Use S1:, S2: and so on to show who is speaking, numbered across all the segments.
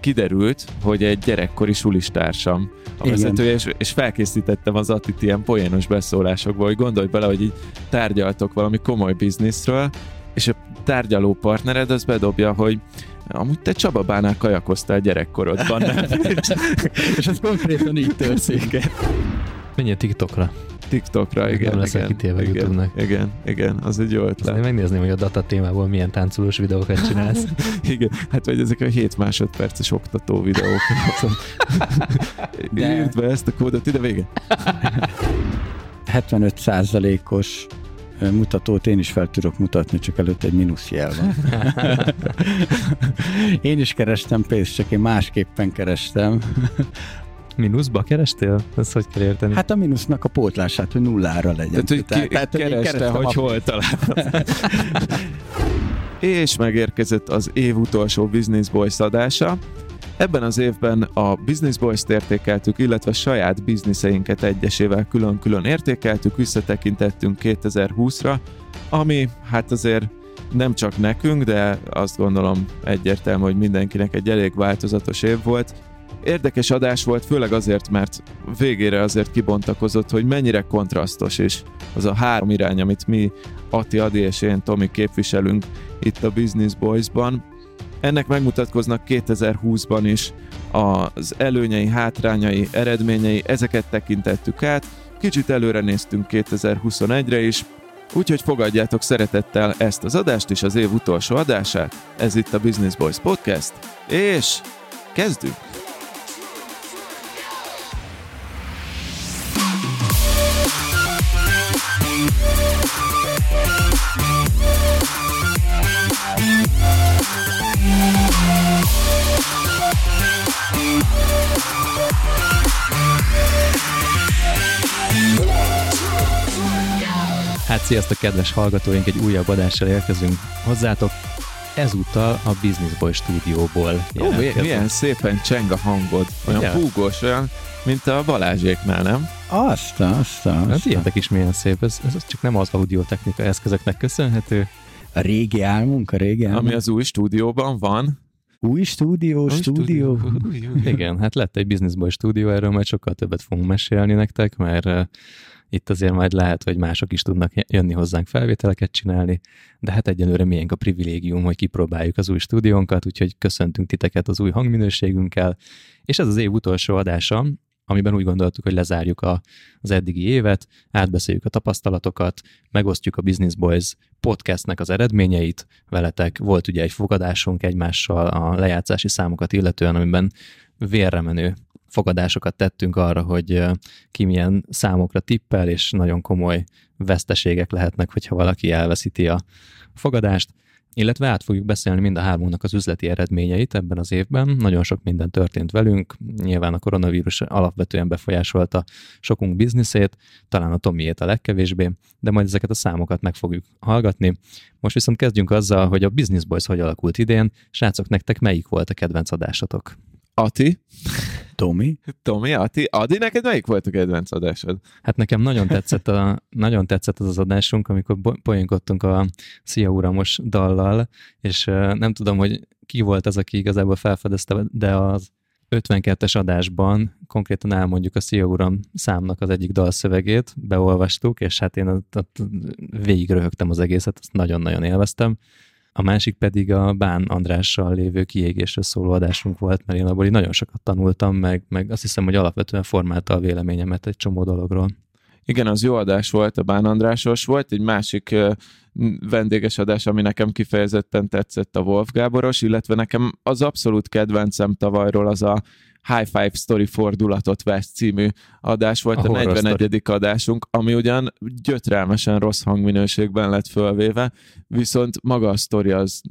S1: kiderült, hogy egy gyerekkori sulistársam a vezetője, és felkészítettem az Attit ilyen poénos beszólásokból, hogy gondolj bele, hogy így tárgyaltok valami komoly bizniszről, és a tárgyaló partnered az bedobja, hogy amúgy te Csaba Bánál kajakoztál gyerekkorodban, nem?
S2: És ez konkrétan így történik.
S3: Menjél TikTokra.
S1: TikTokra, igen.
S3: Nem leszel kitéve YouTube-nak.
S1: Igen, az egy jó ötlet.
S3: Én megnézném, hogy a data témából milyen táncolós videókat csinálsz.
S1: Igen, hát vagy ezek a 7 másodperces oktató videók. Írd be ezt a kódot, ide vége.
S2: 75%-os mutatót én is fel tudok mutatni, csak előtt egy mínuszjel van. Én is kerestem pénzt, csak én másképpen kerestem.
S3: Mínuszba kerestél? Ezt hogy kell érteni?
S2: Hát a mínusznak a pótlását, hogy nullára legyen.
S1: Tehát, kereste, hogy hol találod. És megérkezett az év utolsó Business Boys adása. Ebben az évben a Business Boys-t értékeltük, illetve saját bizniszeinket egyesével külön-külön értékeltük, visszatekintettünk 2020-ra, ami hát azért nem csak nekünk, de azt gondolom egyértelmű, hogy mindenkinek egy elég változatos év volt. Érdekes adás volt, főleg azért, mert végére azért kibontakozott, hogy mennyire kontrasztos is az a 3 irány, amit mi, Ati, Adi és én, Tomi képviselünk itt a Business Boys-ban. Ennek megmutatkoznak 2020-ban is az előnyei, hátrányai, eredményei, ezeket tekintettük át, kicsit előre néztünk 2021-re is, úgyhogy fogadjátok szeretettel ezt az adást is, az év utolsó adását. Ez itt a Business Boys Podcast, és kezdünk!
S3: Hát sziasztok, kedves hallgatóink, egy újabb adással érkezünk hozzátok. Ezúttal a Business Boys stúdióból.
S1: Milyen szépen cseng a hangod. Olyan húgós, olyan, mint a Balázséknál, nem?
S2: Azt.
S3: Hát ilyenek is milyen szép. Ez csak nem az audiotechnika eszközöknek köszönhető.
S2: A régi álmunk.
S1: Ami az új stúdióban van.
S2: Új stúdió.
S3: Igen, hát lett egy Business Boys stúdió, erről majd sokkal többet fogunk mesélni nektek, mert itt azért majd lehet, hogy mások is tudnak jönni hozzánk felvételeket csinálni, de hát egyelőre miénk a privilégium, hogy kipróbáljuk az új stúdiónkat, úgyhogy köszöntünk titeket az új hangminőségünkkel, és ez az év utolsó adása, amiben úgy gondoltuk, hogy lezárjuk az eddigi évet, átbeszéljük a tapasztalatokat, megosztjuk a Business Boys podcastnek az eredményeit veletek. Volt ugye egy fogadásunk egymással a lejátszási számokat illetően, amiben vérremenő fogadásokat tettünk arra, hogy ki milyen számokra tippel, és nagyon komoly veszteségek lehetnek, hogyha valaki elveszíti a fogadást, illetve át fogjuk beszélni mind a 3-unknak az üzleti eredményeit ebben az évben. Nagyon sok minden történt velünk, nyilván a koronavírus alapvetően befolyásolta sokunk bizniszét, talán a Tomiét a legkevésbé, de majd ezeket a számokat meg fogjuk hallgatni. Most viszont kezdjünk azzal, hogy a Business Boys hogy alakult idén. Srácok, nektek melyik volt a kedvenc adásotok?
S1: Ati.
S2: Tomi,
S1: Ati. Adi, neked melyik volt a kedvenc adásod?
S3: Hát nekem nagyon tetszett az adásunk, amikor poénkodtunk a Szia Uramos dallal, és nem tudom, hogy ki volt az, aki igazából felfedezte, de az 52-es adásban konkrétan elmondjuk a Szia Uram számnak az egyik dalszövegét, beolvastuk, és hát én végig röhögtem az egészet, azt nagyon-nagyon élveztem. A másik pedig a Bán Andrással lévő kiégésről szóló adásunk volt, mert én abból nagyon sokat tanultam, meg azt hiszem, hogy alapvetően formálta a véleményemet egy csomó dologról.
S1: Igen, az jó adás volt, a Bán Andrásos volt, egy másik vendéges adás, ami nekem kifejezetten tetszett, a Wolf Gáboros, illetve nekem az abszolút kedvencem tavalyról az a High Five Story Fordulatot Vesz című adás volt, a 41. adásunk, ami ugyan gyötrelmesen rossz hangminőségben lett fölvéve, viszont maga a sztori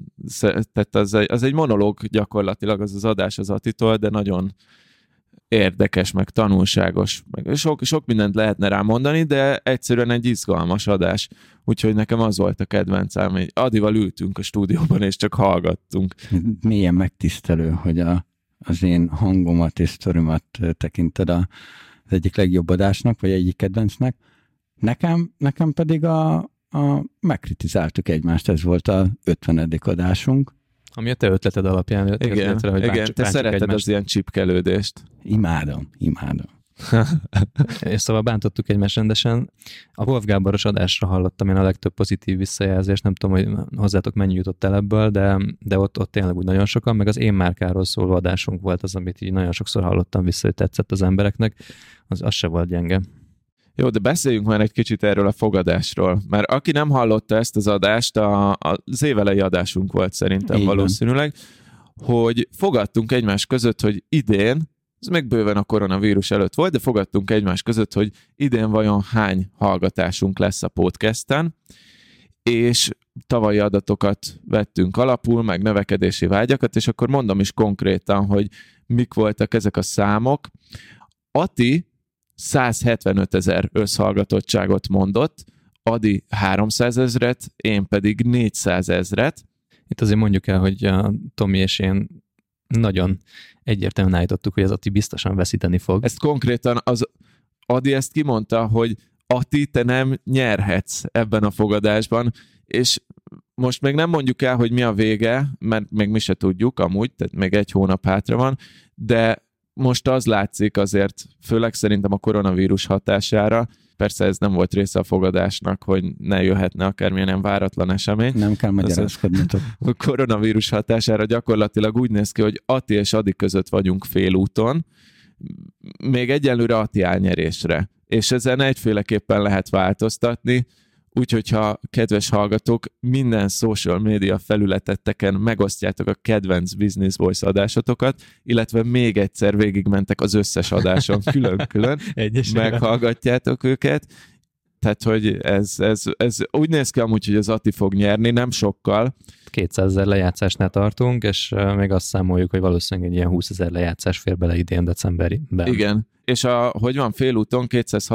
S1: az egy monológ gyakorlatilag az adás az Attitól, de nagyon érdekes, meg tanulságos, meg sok mindent lehetne rá mondani, de egyszerűen egy izgalmas adás, úgyhogy nekem az volt a kedvencem, hogy Adival ültünk a stúdióban, és csak hallgattunk.
S2: Milyen megtisztelő, hogy az én hangomat és sztorimat tekinted az egyik legjobb adásnak, vagy egyik kedvencnek. Nekem pedig megkritizáltuk egymást, ez volt a 50. adásunk.
S3: Ami a te ötleted alapján jött létre, hogy
S1: igen, te szereted egymást. Az ilyen csipkelődést.
S2: Imádom.
S3: És szóval bántottuk egymást rendesen. A Wolf Gáboros adásra hallottam én a legtöbb pozitív visszajelzést, nem tudom, hogy hozzátok mennyi jutott el ebből, de ott tényleg úgy nagyon sokan, meg az én márkáról szóló adásunk volt az, amit így nagyon sokszor hallottam vissza, hogy tetszett az embereknek, az se volt gyenge.
S1: Jó, de beszéljünk már egy kicsit erről a fogadásról, mert aki nem hallotta ezt az adást, az évelei adásunk volt szerintem így valószínűleg, hogy fogadtunk egymás között, hogy idén, ez még bőven a koronavírus előtt volt, de fogadtunk egymás között, hogy idén vajon hány hallgatásunk lesz a podcasten, és tavalyi adatokat vettünk alapul, meg növekedési vágyakat, és akkor mondom is konkrétan, hogy mik voltak ezek a számok. Ati 175 000 összhallgatottságot mondott, Adi 300 000, én pedig 400 000.
S3: Itt azért mondjuk el, hogy a Tomi és én nagyon egyértelműen állítottuk, hogy az Ati biztosan veszíteni fog.
S1: Ezt konkrétan az Adi ezt kimondta, hogy Ati, te nem nyerhetsz ebben a fogadásban, és most még nem mondjuk el, hogy mi a vége, mert még mi se tudjuk amúgy, tehát még 1 hónap hátra van, de most az látszik azért, főleg szerintem a koronavírus hatására, persze ez nem volt része a fogadásnak, hogy ne jöhetne akármilyen váratlan esemény.
S2: Nem kell magyarázkodnotok.
S1: A koronavírus hatására gyakorlatilag úgy néz ki, hogy Ati és Adi között vagyunk félúton, még egyelőre Ati áll nyerésre. És ezen egyféleképpen lehet változtatni, úgyhogy ha kedves hallgatók, minden social media felületeteken megosztjátok a kedvenc Business Voice adásotokat, illetve még egyszer végigmentek az összes adáson külön-külön, meghallgatjátok őket. Tehát, hogy ez úgy néz ki amúgy, hogy az Ati fog nyerni, nem sokkal.
S3: 200 000 lejátszásnál tartunk, és még azt számoljuk, hogy valószínűleg egy ilyen 20 000 lejátszás fér bele idén decemberben.
S1: Igen, és hogy van félúton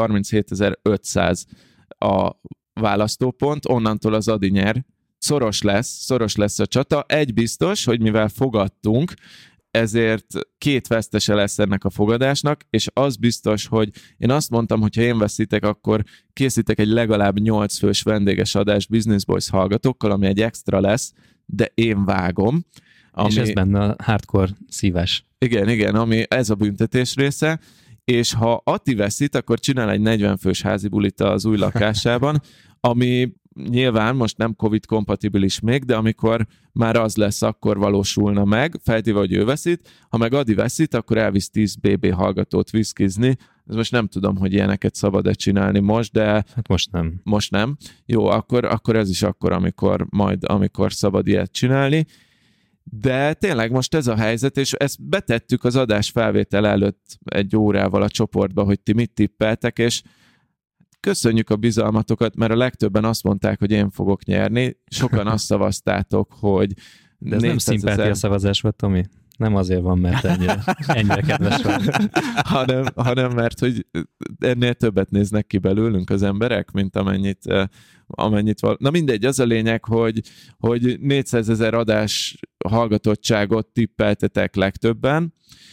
S1: 237 500 a választópont, onnantól az Adi nyer. Szoros lesz a csata. Egy biztos, hogy mivel fogadtunk, ezért 2 vesztese lesz ennek a fogadásnak, és az biztos, hogy én azt mondtam, hogy ha én veszítek, akkor készítek egy legalább 8 fős vendéges adást Business Boys hallgatókkal, ami egy extra lesz, de én vágom.
S3: És ez benne a hardcore szívás.
S1: Igen, ami ez a büntetés része, és ha Ati veszít, akkor csinál egy 40 fős házi bulit az új lakásában, ami nyilván most nem Covid-kompatibilis még, de amikor már az lesz, akkor valósulna meg, feltéve, hogy ő veszít. Ha meg Adi veszít, akkor elvisz 10 BB hallgatót viszkizni. Ez most nem tudom, hogy ilyeneket szabad-e csinálni most, de...
S3: Hát most nem.
S1: Most nem. Jó, akkor ez is akkor, amikor szabad ilyet csinálni. De tényleg most ez a helyzet, és ezt betettük az adás felvétel előtt 1 órával a csoportba, hogy ti mit tippeltek, és köszönjük a bizalmatokat, mert a legtöbben azt mondták, hogy én fogok nyerni. Sokan azt szavaztátok, hogy...
S3: De ez nem szimpátia szavazás volt, Tomi? Nem azért van, mert ennyire kedves vagy.
S1: hanem mert, hogy ennél többet néznek ki belőlünk az emberek, mint amennyit Na mindegy, az a lényeg, hogy 400 000 adás hallgatottságot tippeltetek legtöbben,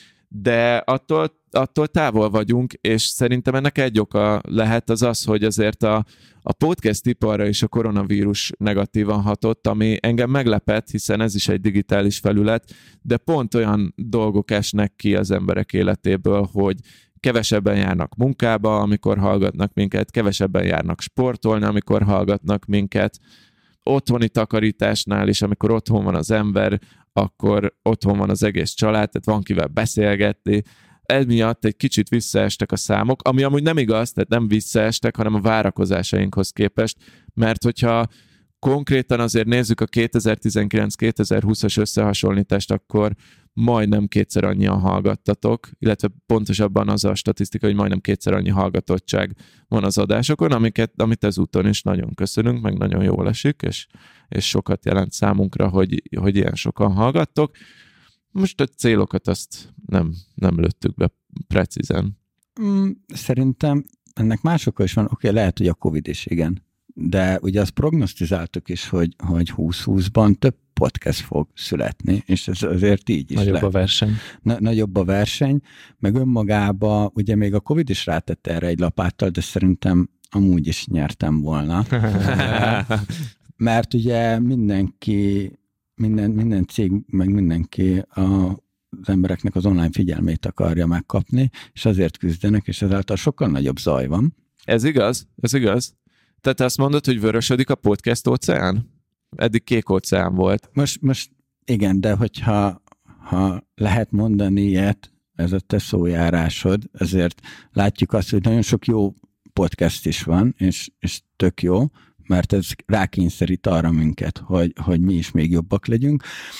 S1: de attól távol vagyunk, és szerintem ennek egy oka lehet az, hogy azért a podcast iparra is a koronavírus negatívan hatott, ami engem meglepett, hiszen ez is egy digitális felület, de pont olyan dolgok esnek ki az emberek életéből, hogy kevesebben járnak munkába, amikor hallgatnak minket, kevesebben járnak sportolni, amikor hallgatnak minket, otthoni takarításnál is, amikor otthon van az ember, akkor otthon van az egész család, tehát van kivel beszélgetni. Emiatt egy kicsit visszaestek a számok, ami amúgy nem igaz, tehát nem visszaestek, hanem a várakozásainkhoz képest, mert hogyha konkrétan azért nézzük a 2019-2020-as összehasonlítást, akkor majdnem 2-szer annyian hallgattatok, illetve pontosabban az a statisztika, hogy majdnem 2-szer annyi hallgatottság van az adásokon, amit ezúton is nagyon köszönünk, meg nagyon jól esik, és sokat jelent számunkra, hogy ilyen sokan hallgattok. Most a célokat azt nem lőttük be precízen.
S2: Szerintem ennek más oka is van. Oké, lehet, hogy a Covid is, igen. De ugye azt prognosztizáltuk is, hogy 2020-ban több podcast fog születni, és ez azért így is
S3: Nagyobb a verseny.
S2: Nagyobb a verseny, meg önmagában, ugye még a Covid is rátette erre egy lapáttal, de szerintem amúgy is nyertem volna. Mert ugye mindenki minden cég, meg mindenki az embereknek az online figyelmét akarja megkapni, és azért küzdenek, és ezáltal sokkal nagyobb zaj van.
S1: Ez igaz. Tehát azt mondod, hogy vörösödik a podcast óceán? Eddig kék óceán volt.
S2: Most igen, de hogyha lehet mondani ilyet, ez a te szójárásod, ezért látjuk azt, hogy nagyon sok jó podcast is van, és tök jó, mert ez rákényszerít arra minket, hogy mi is még jobbak legyünk,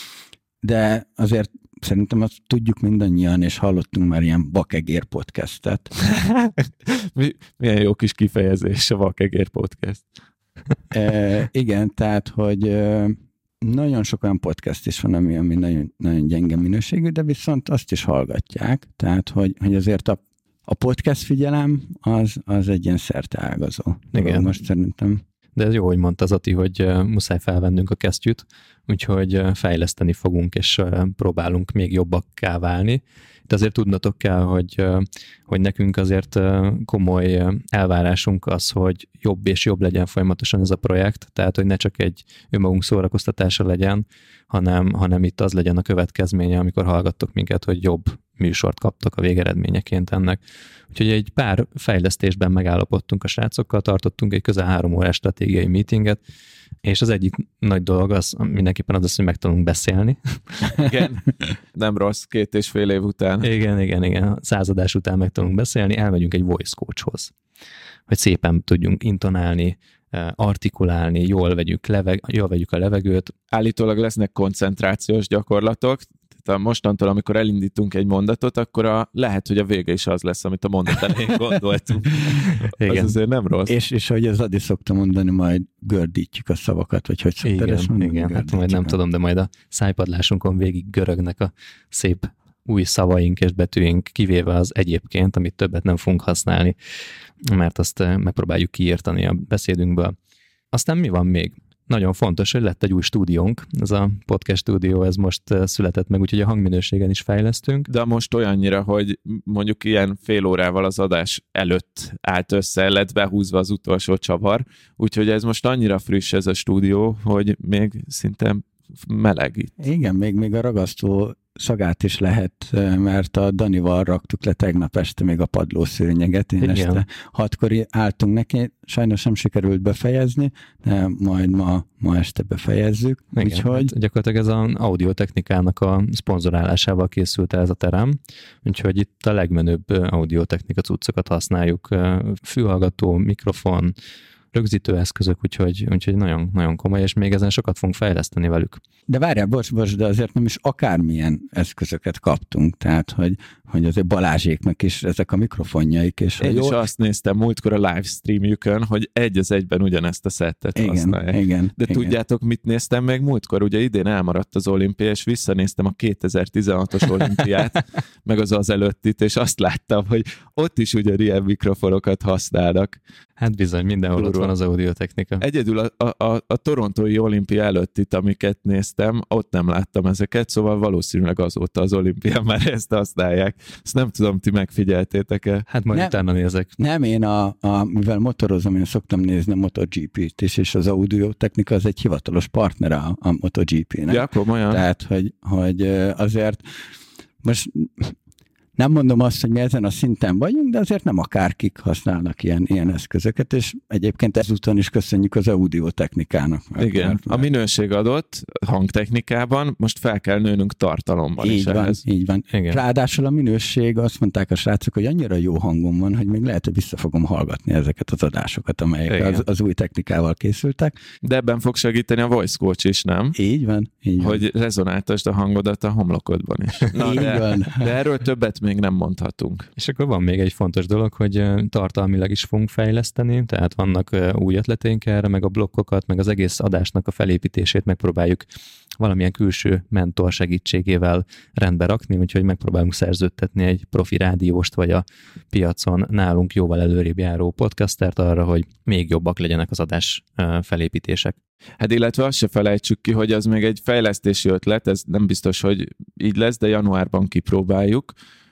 S2: de azért szerintem azt tudjuk mindannyian, és hallottunk már ilyen vakegér podcastet.
S1: Milyen jó kis kifejezés a vakegér podcast.
S2: Igen, tehát, hogy nagyon sok olyan podcast is van, ami nagyon, nagyon gyenge minőségű, de viszont azt is hallgatják, tehát, hogy azért a podcast figyelem az egy ilyen szerteágazó.
S3: Igen.
S2: Most szerintem.
S3: De ez jó, hogy mondta az Ati, hogy muszáj felvennünk a kesztyűt, úgyhogy fejleszteni fogunk, és próbálunk még jobbakká válni. De azért tudnotok kell, hogy nekünk azért komoly elvárásunk az, hogy jobb és jobb legyen folyamatosan ez a projekt, tehát hogy ne csak egy önmagunk szórakoztatása legyen, hanem itt az legyen a következménye, amikor hallgattok minket, hogy jobb műsort kaptak a végeredményeként ennek. Úgyhogy egy pár fejlesztésben megállapodtunk a srácokkal, tartottunk egy közel 3 órás stratégiai meetinget, és az egyik nagy dolog az mindenképpen az, hogy megtanulunk beszélni.
S1: Igen, nem rossz, 2,5 év után.
S3: Igen, 100 adás után megtanulunk beszélni, elmegyünk egy voice coachhoz, hogy szépen tudjunk intonálni, artikulálni, jól vegyük a levegőt.
S1: Állítólag lesznek koncentrációs gyakorlatok, tehát mostantól, amikor elindítunk egy mondatot, akkor lehet, hogy a vége is az lesz, amit a mondat elején gondoltunk. Az azért nem rossz.
S2: És ahogy az Adi szokta mondani, majd gördítjük a szavakat, vagy hogy szoktad ezt mondani?
S3: Igen, hát majd nem tudom, de majd a szájpadlásunkon végig görögnek a szép új szavaink és betűink, kivéve az egyébként, amit többet nem fogunk használni, mert azt megpróbáljuk kiírtani a beszédünkből. Aztán mi van még? Nagyon fontos, hogy lett egy új stúdiónk, ez a podcast stúdió, ez most született meg, úgyhogy a hangminőségen is fejlesztünk.
S1: De most olyannyira, hogy mondjuk ilyen fél órával az adás előtt állt össze, lett behúzva az utolsó csavar, úgyhogy ez most annyira friss ez a stúdió, hogy még szinte meleg itt.
S2: Igen, még a ragasztó szagát is lehet, mert a Danival raktuk le tegnap este még a padlószőnyeget. Én este 6-kor álltunk neki, sajnos nem sikerült befejezni, de majd ma este befejezzük.
S3: Igen,
S2: úgyhogy...
S3: hát gyakorlatilag ez az audiotechnikának a szponzorálásával készült el ez a terem, úgyhogy itt a legmenőbb audiotechnika cuccokat használjuk, fülhallgató, mikrofon, rögzítőeszközök, úgyhogy nagyon, nagyon komoly, és még ezen sokat fogunk fejleszteni velük.
S2: De várjál, bocs, de azért nem is akármilyen eszközöket kaptunk, tehát, hogy azért Balázséknak is ezek a mikrofonjaik. És
S1: én is azt néztem múltkor a livestreamjükön, hogy egy az egyben ugyanezt a szettet használják.
S2: Igen.
S1: Tudjátok, mit néztem meg múltkor? Ugye idén elmaradt az olimpia, és visszanéztem a 2016-os olimpiát, meg az előttit, és azt láttam, hogy ott is ugyanilyen mikrofonokat használnak.
S3: Hát bizony, mindenhol ott van az audiotechnika.
S1: Egyedül a torontói olimpia előttit, amiket néztem, ott nem láttam ezeket, szóval valószínűleg azóta az olimpián már ezt használják. Ezt nem tudom, ti megfigyeltétek-e?
S3: Hát majd utána nézek.
S2: Nem, én mivel motorozom, én szoktam nézni a MotoGP-t is, és az audiotechnika az egy hivatalos partner a MotoGP-nek.
S1: Ja, komolyan.
S2: Tehát, hogy azért most... Nem mondom azt, hogy mi ezen a szinten vagyunk, de azért nem akárkik használnak ilyen eszközöket, és egyébként ezúton is köszönjük az audiotechnikának.
S1: Igen, a minőség adott hangtechnikában, most fel kell nőnünk tartalomban is ehhez.
S2: Így van. Igen. Ráadásul a minőség, azt mondták a srácok, hogy annyira jó hangom van, hogy még lehet, hogy vissza fogom hallgatni ezeket az adásokat, amelyek az új technikával készültek.
S1: De ebben fog segíteni a voice coach is, nem?
S2: Így van.
S1: Hogy rezonáltasd a hangodat a homlokodban is. Na, de erről többet még nem mondhatunk.
S3: És akkor van még egy fontos dolog, hogy tartalmilag is fogunk fejleszteni, tehát vannak új ötleteink erre, meg a blokkokat, meg az egész adásnak a felépítését megpróbáljuk valamilyen külső mentor segítségével rendbe rakni, úgyhogy megpróbálunk szerződtetni egy profi rádióst, vagy a piacon nálunk jóval előrébb járó podcastert arra, hogy még jobbak legyenek az adás felépítések.
S1: Hát illetve azt se felejtsük ki, hogy az még egy fejlesztési ötlet, ez nem biztos, hogy így lesz, de januárban kipróbáljuk,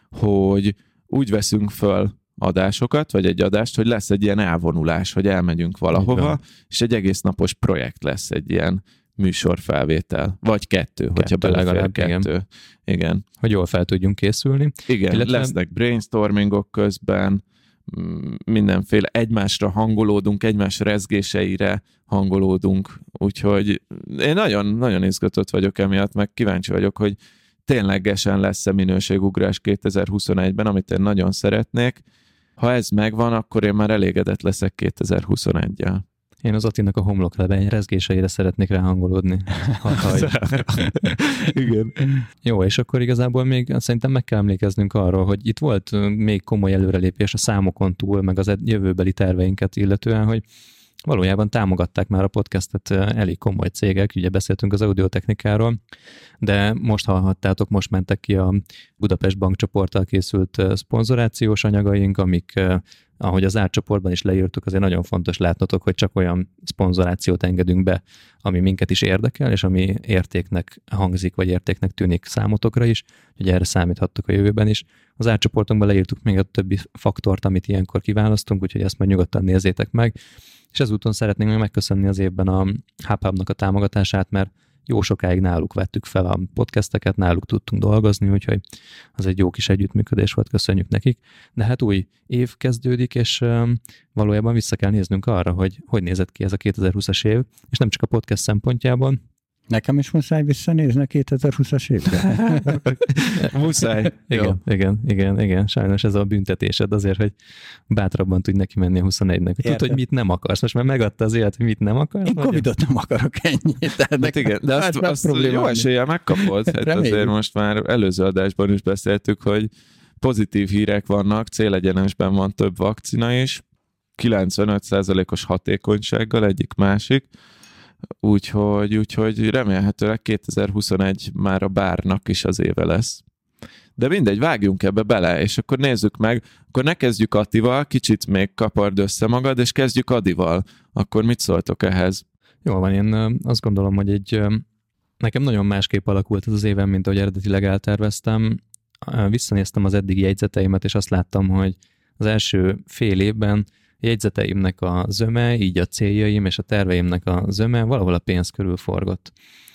S1: hogy úgy veszünk föl adásokat, vagy egy adást, hogy lesz egy ilyen elvonulás, hogy elmegyünk valahova, és egy egész napos projekt lesz, egy ilyen műsorfelvétel. Vagy kettő, hogyha belefér kettő. Igen.
S3: Hogy jól fel tudjunk készülni.
S1: Igen, illetve lesznek brainstormingok közben, mindenféle egymásra hangolódunk, egymás rezgéseire hangolódunk, úgyhogy én nagyon izgatott vagyok emiatt, meg kíváncsi vagyok, hogy ténylegesen lesz-e minőségugrás 2021-ben, amit én nagyon szeretnék. Ha ez megvan, akkor én már elégedett leszek 2021-jel.
S3: Én az Attinak a homloklebeny rezgéseire szeretnék ráhangolódni.
S1: Igen.
S3: Jó, és akkor igazából még szerintem meg kell emlékeznünk arról, hogy itt volt még komoly előrelépés a számokon túl, meg az jövőbeli terveinket illetően, hogy valójában támogatták már a podcastet elég komoly cégek, ugye beszéltünk az audiotechnikáról, de most hallhattátok, most mentek ki a Budapest bankcsoporttal készült szponzorációs anyagaink, amik, ahogy az árcsoportban is leírtuk, azért nagyon fontos látnotok, hogy csak olyan szponzorációt engedünk be, ami minket is érdekel, és ami értéknek hangzik, vagy értéknek tűnik számotokra is, hogy erre számíthattok a jövőben is. Az árcsoportunkban leírtuk még a többi faktort, amit ilyenkor kiválasztunk, úgyhogy ezt majd nyugodtan nézzétek meg. És ezúton szeretnénk megköszönni az évben a HubHub-nak a támogatását, mert jó sokáig náluk vettük fel a podcasteket, náluk tudtunk dolgozni, úgyhogy az egy jó kis együttműködés volt, köszönjük nekik. De hát új év kezdődik, és valójában vissza kell néznünk arra, hogy nézett ki ez a 2020-as év, és nem csak a podcast szempontjából.
S2: Nekem is muszáj visszanézni a 2020-as évre.
S1: Muszáj.
S3: Igen. Sajnos ez a büntetésed azért, hogy bátrabban tudj neki menni a 21-nek. Tudod, hogy mit nem akarsz. Most már megadta az élet, hogy mit nem akarsz.
S2: Én Covid-ot nem akarok ennyit.
S1: Hát igen, de azt jó eséllyel megkapod. Hát azért most már előző adásban is beszéltük, hogy pozitív hírek vannak, célegyenesben van több vakcina is, 95%-os hatékonysággal egyik-másik, úgyhogy remélhetőleg 2021 már a bárnak is az éve lesz. De mindegy, vágjunk ebbe bele, és akkor nézzük meg, akkor ne kezdjük Attival, kicsit még kapard össze magad, és kezdjük Adival. Akkor mit szóltok ehhez?
S3: Jól van, én azt gondolom, hogy nekem nagyon másképp alakult ez az évem, mint ahogy eredetileg elterveztem. Visszanéztem az eddigi jegyzeteimet, és azt láttam, hogy az első fél évben jegyzeteimnek a zöme, így a céljaim és a terveimnek a zöme valahol a pénz körül forgott.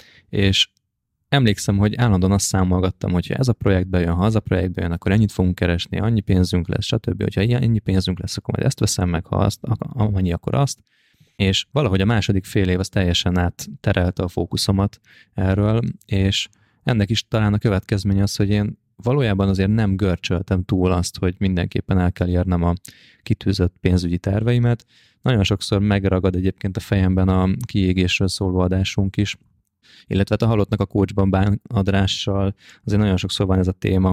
S3: És emlékszem, hogy állandóan azt számolgattam, hogy ha ez a projekt bejön, ha az a projekt bejön, akkor ennyit fogunk keresni, annyi pénzünk lesz, stb. Hogyha ennyi pénzünk lesz, akkor majd ezt veszem meg, ha azt, annyi, akkor azt. És valahogy a második fél év az teljesen átterelte a fókuszomat erről, és ennek is talán a következménye az, hogy én valójában azért nem görcsöltem túl azt, hogy mindenképpen el kell érnem a kitűzött pénzügyi terveimet. Nagyon sokszor megragad egyébként a fejemben a kiégésről szóló adásunk is, illetve a halottnak a coachban bánadrással azért nagyon sokszor van ez a téma,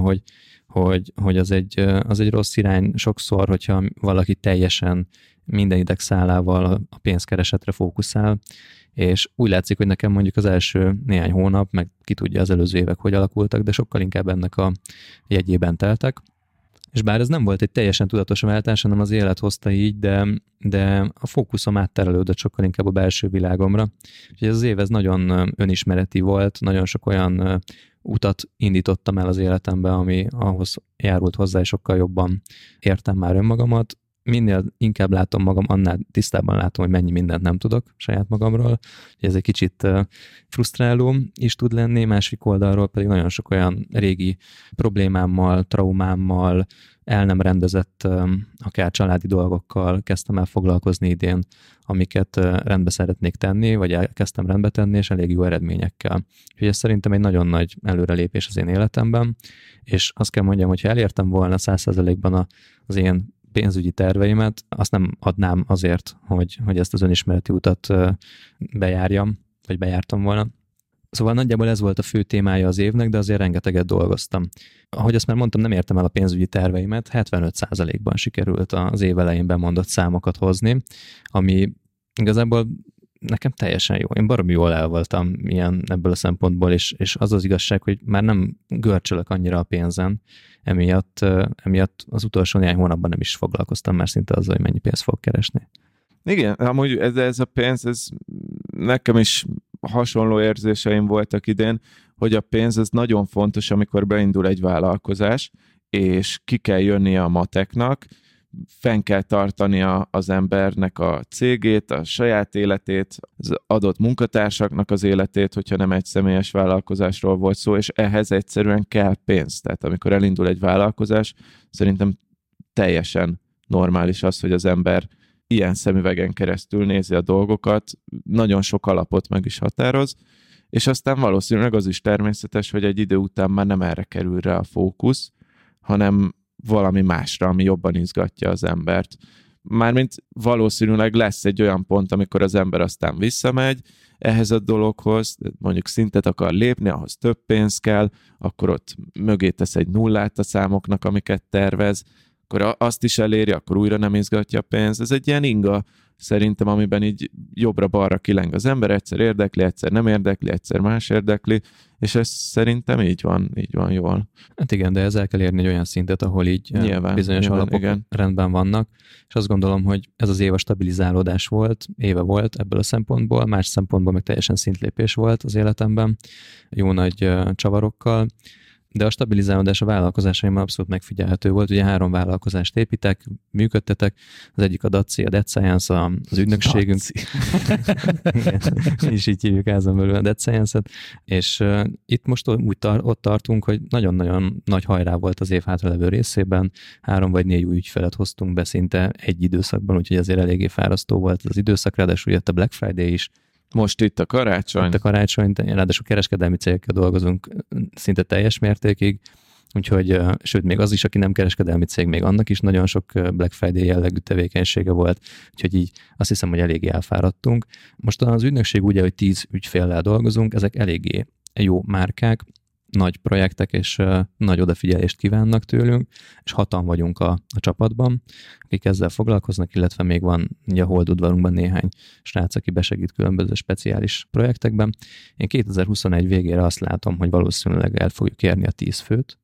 S3: hogy az egy rossz irány sokszor, hogyha valaki teljesen minden idegszálával a pénzkeresetre fókuszál, és úgy látszik, hogy nekem mondjuk az első néhány hónap, meg ki tudja az előző évek, hogy alakultak, de sokkal inkább ennek a jegyében teltek. És bár ez nem volt egy teljesen tudatos váltás, hanem az élet hozta így, de a fókuszom átterelődött sokkal inkább a belső világomra. Úgyhogy ez az év ez nagyon önismereti volt, nagyon sok olyan utat indítottam el az életembe, ami ahhoz járult hozzá, és sokkal jobban értem már önmagamat. Minél inkább látom magam, annál tisztában látom, hogy mennyi mindent nem tudok saját magamról. Ez egy kicsit frusztráló is tud lenni, másik oldalról pedig nagyon sok olyan régi problémámmal, traumámmal, el nem rendezett akár családi dolgokkal kezdtem el foglalkozni idén, amiket rendbe szeretnék tenni, vagy elkezdtem rendbe tenni, és elég jó eredményekkel. Úgyhogy ez szerintem egy nagyon nagy előrelépés az én életemben, és azt kell mondjam, hogy ha elértem volna 100%-ban az én pénzügyi terveimet, azt nem adnám azért, hogy ezt az önismereti utat bejárjam, vagy bejártam volna. Szóval nagyjából ez volt a fő témája az évnek, de azért rengeteget dolgoztam. Ahogy azt már mondtam, nem értem el a pénzügyi terveimet, 75%-ban sikerült az év elején bemondott számokat hozni, ami igazából nekem teljesen jó. Én baromi jól el voltam ilyen ebből a szempontból, és az az igazság, hogy már nem görcsölök annyira a pénzen, emiatt az utolsó néhány hónapban nem is foglalkoztam már szinte azzal, hogy mennyi pénzt fog keresni.
S1: Igen, amúgy ez a pénz, ez nekem is hasonló érzéseim voltak idén, hogy a pénz ez nagyon fontos, amikor beindul egy vállalkozás, és ki kell jönnie a mateknak, fenn kell tartania az embernek a cégét, a saját életét, az adott munkatársaknak az életét, hogyha nem egy személyes vállalkozásról volt szó, és ehhez egyszerűen kell pénz. Tehát amikor elindul egy vállalkozás, szerintem teljesen normális az, hogy az ember ilyen szemüvegen keresztül nézi a dolgokat, nagyon sok alapot meg is határoz, és aztán valószínűleg az is természetes, hogy egy idő után már nem erre kerül rá a fókusz, hanem valami másra, ami jobban izgatja az embert. Mármint valószínűleg lesz egy olyan pont, amikor az ember aztán visszamegy ehhez a dologhoz, mondjuk szintet akar lépni, ahhoz több pénz kell, akkor ott mögé tesz egy nullát a számoknak, amiket tervez, akkor azt is eléri, akkor újra nem izgatja a pénz. Ez egy ilyen inga szerintem, amiben így jobbra-balra kileng az ember, egyszer érdekli, egyszer nem érdekli, egyszer más érdekli, és ez szerintem így van jól.
S3: Hát igen, de ez el kell érni egy olyan szintet, ahol így bizonyos alapok rendben vannak, és azt gondolom, hogy ez az év a stabilizálódás éve volt ebből a szempontból, más szempontból meg teljesen szintlépés volt az életemben, jó nagy csavarokkal, de a stabilizálódás a vállalkozásaimmal abszolút megfigyelhető volt. Ugye 3 vállalkozást építek, működtetek. Az egyik a DACI, a Dead Science, az ügynökségünk. Igen, és így hívjuk házon belül a Dead Science-et. És itt most ott tartunk, hogy nagyon-nagyon nagy hajrá volt az év hátralevő részében. 3 vagy 4 új ügyfelet hoztunk be szinte egy időszakban, úgyhogy azért eléggé fárasztó volt az időszak, ráadásul jött a Black Friday is.
S1: Most itt a karácsony.
S3: Ráadásul kereskedelmi cégekkel dolgozunk szinte teljes mértékig, úgyhogy, sőt, még az is, aki nem kereskedelmi cég, még annak is nagyon sok Black Friday jellegű tevékenysége volt, úgyhogy így azt hiszem, hogy eléggé elfáradtunk. Most az ügynökség ugye, hogy 10 ügyféllel dolgozunk, ezek eléggé jó márkák, nagy projektek és nagy odafigyelést kívánnak tőlünk, és 6-an vagyunk a csapatban, akik ezzel foglalkoznak, illetve még van a holdudvarunkban néhány srác, aki besegít különböző speciális projektekben. Én 2021 végére azt látom, hogy valószínűleg el fogjuk érni a 10 főt,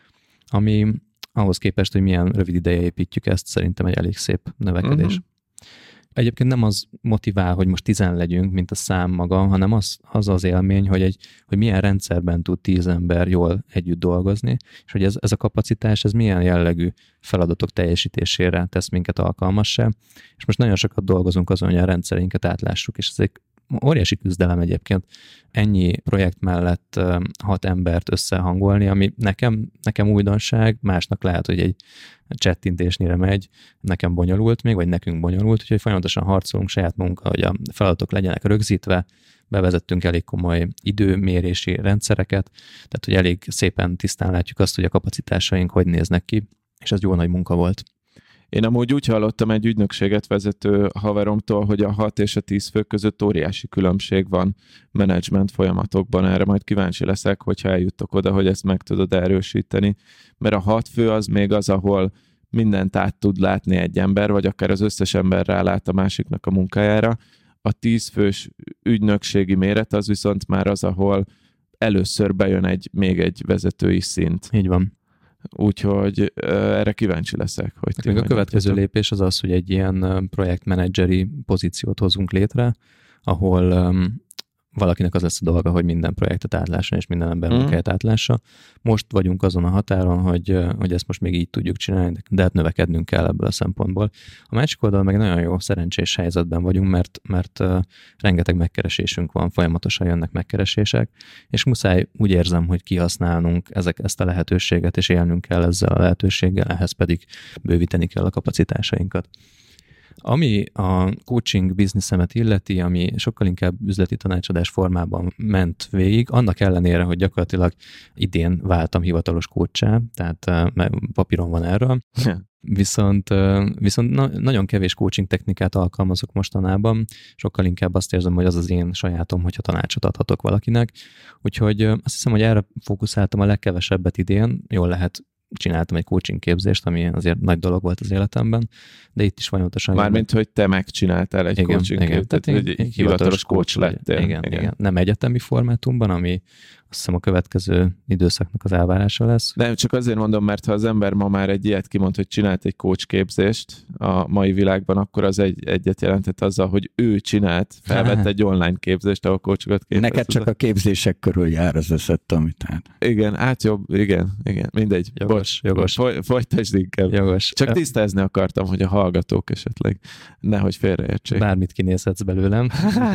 S3: ami ahhoz képest, hogy milyen rövid ideje építjük ezt, szerintem egy elég szép növekedés. Uh-huh. Egyébként nem az motivál, hogy most 10 legyünk, mint a szám maga, hanem az élmény, hogy milyen rendszerben tud 10 ember jól együtt dolgozni, és hogy ez a kapacitás, ez milyen jellegű feladatok teljesítésére tesz minket alkalmassá. És most nagyon sokat dolgozunk azon, hogy a rendszereinket átlássuk, és ez egy óriási küzdelem egyébként ennyi projekt mellett 6 embert összehangolni, ami nekem újdonság, másnak lehet, hogy egy csettintésnyire megy, nekem bonyolult még, vagy nekünk bonyolult, úgyhogy folyamatosan harcolunk saját magunkkal, hogy a feladatok legyenek rögzítve, bevezettünk elég komoly időmérési rendszereket, tehát hogy elég szépen tisztán látjuk azt, hogy a kapacitásaink hogy néznek ki, és ez jó nagy munka volt.
S1: Én amúgy úgy hallottam egy ügynökséget vezető haveromtól, hogy a 6 és a 10 fő között óriási különbség van menedzsment folyamatokban. Erre majd kíváncsi leszek, hogyha eljuttok oda, hogy ezt meg tudod erősíteni. Mert a 6 fő az még az, ahol mindent át tud látni egy ember, vagy akár az összes ember rálát a másiknak a munkájára. A 10 fős ügynökségi méret az viszont már az, ahol először bejön még egy vezetői szint.
S3: Így van.
S1: Úgyhogy erre kíváncsi leszek. Hogy
S3: még a következő lépés az az, hogy egy ilyen projektmenedzseri pozíciót hozunk létre, ahol valakinek az lesz a dolga, hogy minden projektet átlásson, és minden ember munkáját átlássa. Most vagyunk azon a határon, hogy ezt most még így tudjuk csinálni, de hát növekednünk kell ebből a szempontból. A másik oldal meg nagyon jó, szerencsés helyzetben vagyunk, mert rengeteg megkeresésünk van, folyamatosan jönnek megkeresések, és muszáj úgy érzem, hogy kihasználnunk ezt a lehetőséget, és élnünk kell ezzel a lehetőséggel, ehhez pedig bővíteni kell a kapacitásainkat. Ami a coaching bizniszemet illeti, ami sokkal inkább üzleti tanácsadás formában ment végig, annak ellenére, hogy gyakorlatilag idén váltam hivatalos coachá, tehát papíron van erről. Viszont nagyon kevés coaching technikát alkalmazok mostanában, sokkal inkább azt érzem, hogy az az én sajátom, hogyha tanácsot adhatok valakinek. Úgyhogy azt hiszem, hogy erre fókuszáltam a legkevesebbet idén, jól lehet, csináltam egy coaching képzést, ami azért nagy dolog volt az életemben, de itt is folyamatosan...
S1: Mármint, hogy te megcsináltál egy coaching képzést, tehát egy hivatalos coach lettél.
S3: Igen. Nem egyetemi formátumban, ami azt hiszem a következő időszaknak az elvárása lesz.
S1: Nem, csak azért mondom, mert ha az ember ma már egy ilyet kimond, hogy csinált egy coach képzést a mai világban, akkor az egyet jelentett azzal, hogy ő felvett egy online képzést, ahol coachokat képez.
S2: Neked csak a képzések körül jár az összet, amit
S1: Igen, jobb, igen, mindegy.
S3: Jogos.
S1: Folytasd inkább.
S3: Jogos.
S1: Csak tisztázni akartam, hogy a hallgatók esetleg nehogy félreértsék.
S3: Bármit kinézhetsz belőlem,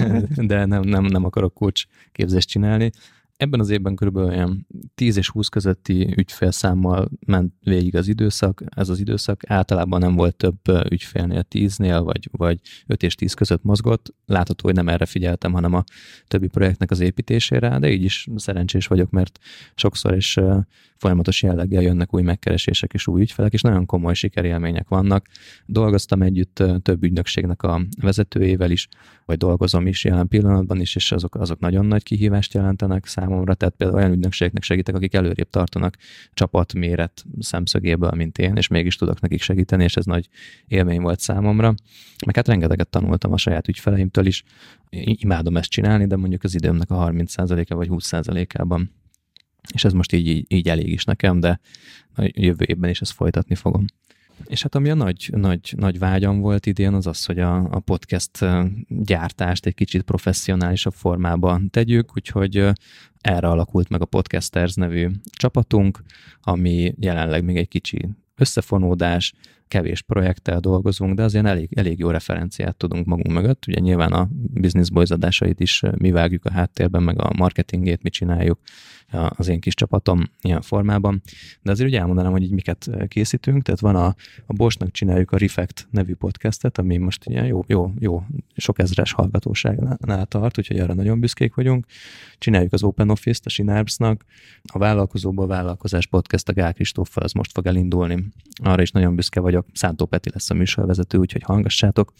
S3: de nem akarok coach képzést csinálni. Ebben az évben körülbelül olyan 10 és 20 közötti ügyfélszámmal ment végig az időszak. Ez az időszak általában nem volt több ügyfélnél 10-nél, vagy 5 és 10 között mozgott. Látható, hogy nem erre figyeltem, hanem a többi projektnek az építésére, de így is szerencsés vagyok, mert sokszor is folyamatos jelleggel jönnek új megkeresések és új ügyfelek, és nagyon komoly sikerélmények vannak. Dolgoztam együtt több ügynökségnek a vezetőjével is, vagy dolgozom is jelen pillanatban is, és azok nagyon nagy kihívást jelentenek számomra. Tehát például olyan ügynökségnek segítek, akik előrébb tartanak csapatméret szemszögéből, mint én, és mégis tudok nekik segíteni, és ez nagy élmény volt számomra. Meg hát rengeteget tanultam a saját ügyfeleimtől is. Imádom ezt csinálni, de mondjuk az időmnek a 30%-a vagy 20%-ában. És ez most így elég is nekem, de a jövő évben is ezt folytatni fogom. És hát ami a nagy vágyam volt idén, az, hogy a podcast gyártást egy kicsit professzionálisabb formában tegyük, úgyhogy erre alakult meg a Podcasters nevű csapatunk, ami jelenleg még egy kicsi összefonódás, kevés projekttel dolgozunk, de azért elég jó referenciát tudunk magunk mögött. Ugye nyilván a Business Boys adásait is mi vágjuk a háttérben, meg a marketingét mi csináljuk, az én kis csapatom ilyen formában. De azért ugye elmondanám, hogy így miket készítünk. Tehát van a Bosch-nak csináljuk a Refect nevű podcastet, ami most ilyen jó sok ezres hallgatóságnál tart, úgyhogy arra nagyon büszkék vagyunk. Csináljuk az Open Office-t a Synapse-nak, a Vállalkozóból Vállalkozás podcast a Gál Kristóffal, az most fog elindulni. Arra is nagyon büszke vagyok. Szántó Peti lesz a műsorvezető, úgyhogy hallgassátok.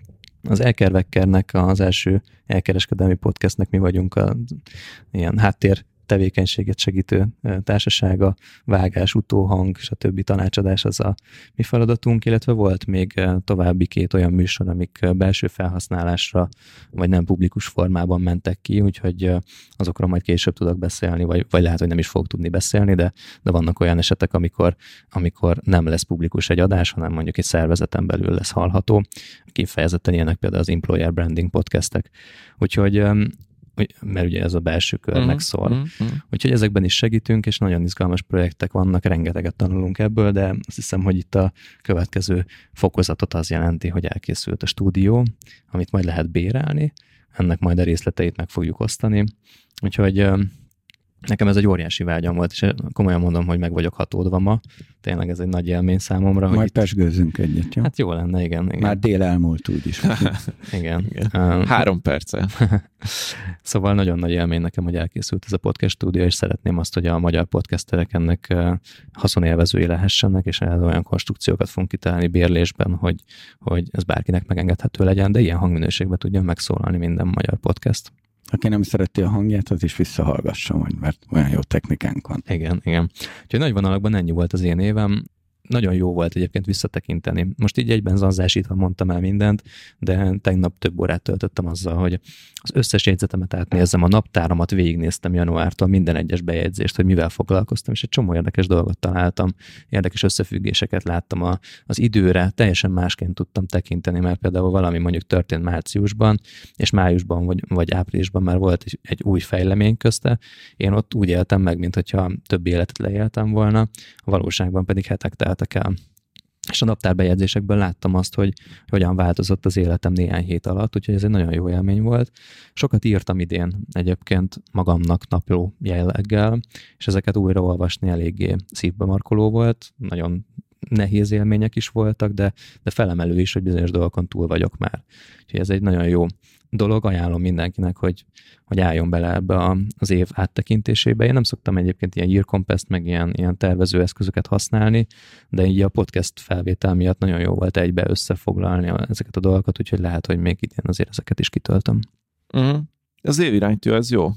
S3: Az Elkervekkernek, az első elkereskedelmi podcastnek mi vagyunk ilyen háttér tevékenységet segítő társasága, vágás, utóhang, és a többi tanácsadás az a mi feladatunk, illetve volt még további 2 olyan műsor, amik belső felhasználásra, vagy nem publikus formában mentek ki, úgyhogy azokról majd később tudok beszélni, vagy lehet, hogy nem is fogok tudni beszélni, de vannak olyan esetek, amikor nem lesz publikus egy adás, hanem mondjuk egy szervezeten belül lesz hallható. Kifejezetten ilyenek például az Employer Branding podcastek. Úgyhogy mert ugye ez a belső körnek szól. Úgyhogy ezekben is segítünk, és nagyon izgalmas projektek vannak, rengeteget tanulunk ebből, de azt hiszem, hogy itt a következő fokozatot az jelenti, hogy elkészült a stúdió, amit majd lehet bérelni, ennek majd a részleteit meg fogjuk osztani. Úgyhogy nekem ez egy óriási vágyam volt, és komolyan mondom, hogy meg vagyok hatódva ma. Tényleg ez egy nagy élmény számomra.
S2: Majd pezsgőzzünk egyet, jó?
S3: Hát jó lenne, igen.
S2: Már dél elmúlt úgyis.
S3: Igen.
S1: 3 perccel.
S3: Szóval nagyon nagy élmény nekem, hogy elkészült ez a podcast stúdió, és szeretném azt, hogy a magyar podcasterek ennek haszonélvezői lehessenek, és olyan konstrukciókat fogunk kitalálni bérlésben, hogy ez bárkinek megengedhető legyen, de ilyen hangminőségben tudjon megszólalni minden magyar podcast.
S2: Aki nem szereti a hangját, az is visszahallgasson, mert olyan jó technikánk van.
S3: Igen. Úgyhogy nagy vonalakban ennyi volt az én évem. Nagyon jó volt egyébként visszatekinteni. Most így egyben zanzásítva mondtam el mindent, de tegnap több órát töltöttem azzal, hogy az összes jegyzetemet átnézzem, a naptáramat végignéztem januártól, minden egyes bejegyzést, hogy mivel foglalkoztam, és egy csomó érdekes dolgot találtam, érdekes összefüggéseket láttam az időre, teljesen másként tudtam tekinteni, mert például valami mondjuk történt márciusban, és májusban vagy áprilisban már volt egy új fejlemény közte. Én ott úgy éltem meg, mintha több életet leéltem volna, a valóságban pedig hetek teltek el. És a naptárbejegyzésekből láttam azt, hogy hogyan változott az életem néhány hét alatt, úgyhogy ez egy nagyon jó élmény volt. Sokat írtam idén egyébként magamnak napló jelleggel, és ezeket újraolvasni eléggé szívbemarkoló volt, nagyon nehéz élmények is voltak, de felemelő is, hogy bizonyos dolgokon túl vagyok már. Úgyhogy ez egy nagyon jó dolog, ajánlom mindenkinek, hogy álljon bele ebbe az év áttekintésébe. Én nem szoktam egyébként ilyen Year Compass-t, meg ilyen tervező eszközöket használni, de így a podcast felvétel miatt nagyon jó volt egybe összefoglalni ezeket a dolgokat, úgyhogy lehet, hogy még idén azért ezeket is kitöltöm.
S1: Az éviránytű, az jó.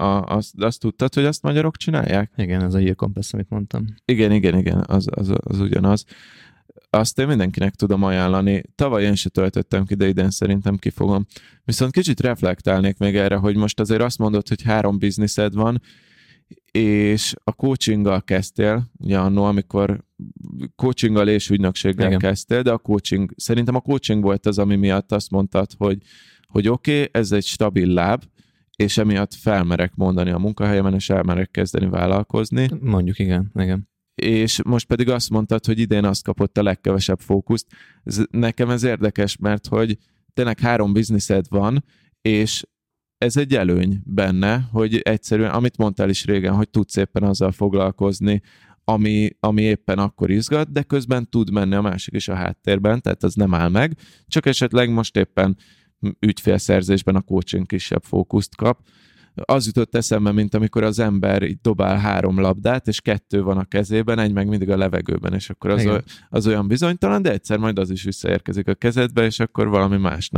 S1: Azt tudtad, hogy azt magyarok csinálják?
S3: Igen, ez a Year Compass, amit mondtam.
S1: Igen, az ugyanaz. Azt én mindenkinek tudom ajánlani. Tavaly én se töltöttem ki, de idén szerintem kifogom. Viszont kicsit reflektálnék még erre, hogy most azért azt mondod, hogy 3 bizniszed van, és a coachinggal kezdtél, ugye annól, amikor coachinggal és ügynökséggel kezdtél, de szerintem a coaching volt az, ami miatt azt mondtad, hogy oké, ez egy stabil láb, és emiatt felmerek mondani a munkahelyemen, és elmerek kezdeni vállalkozni.
S3: Mondjuk igen.
S1: És most pedig azt mondtad, hogy idén azt kapott a legkevesebb fókuszt. Nekem ez érdekes, mert hogy tényleg 3 bizniszed van, és ez egy előny benne, hogy egyszerűen, amit mondtál is régen, hogy tudsz éppen azzal foglalkozni, ami éppen akkor izgat, de közben tud menni a másik is a háttérben, tehát az nem áll meg, csak esetleg most éppen ügyfélszerzésben a coaching kisebb fókuszt kap. Az jutott eszembe, mint amikor az ember így dobál 3 labdát, és 2 van a kezében, egy meg mindig a levegőben, és akkor az olyan bizonytalan, de egyszer majd az is visszaérkezik a kezedbe, és akkor valami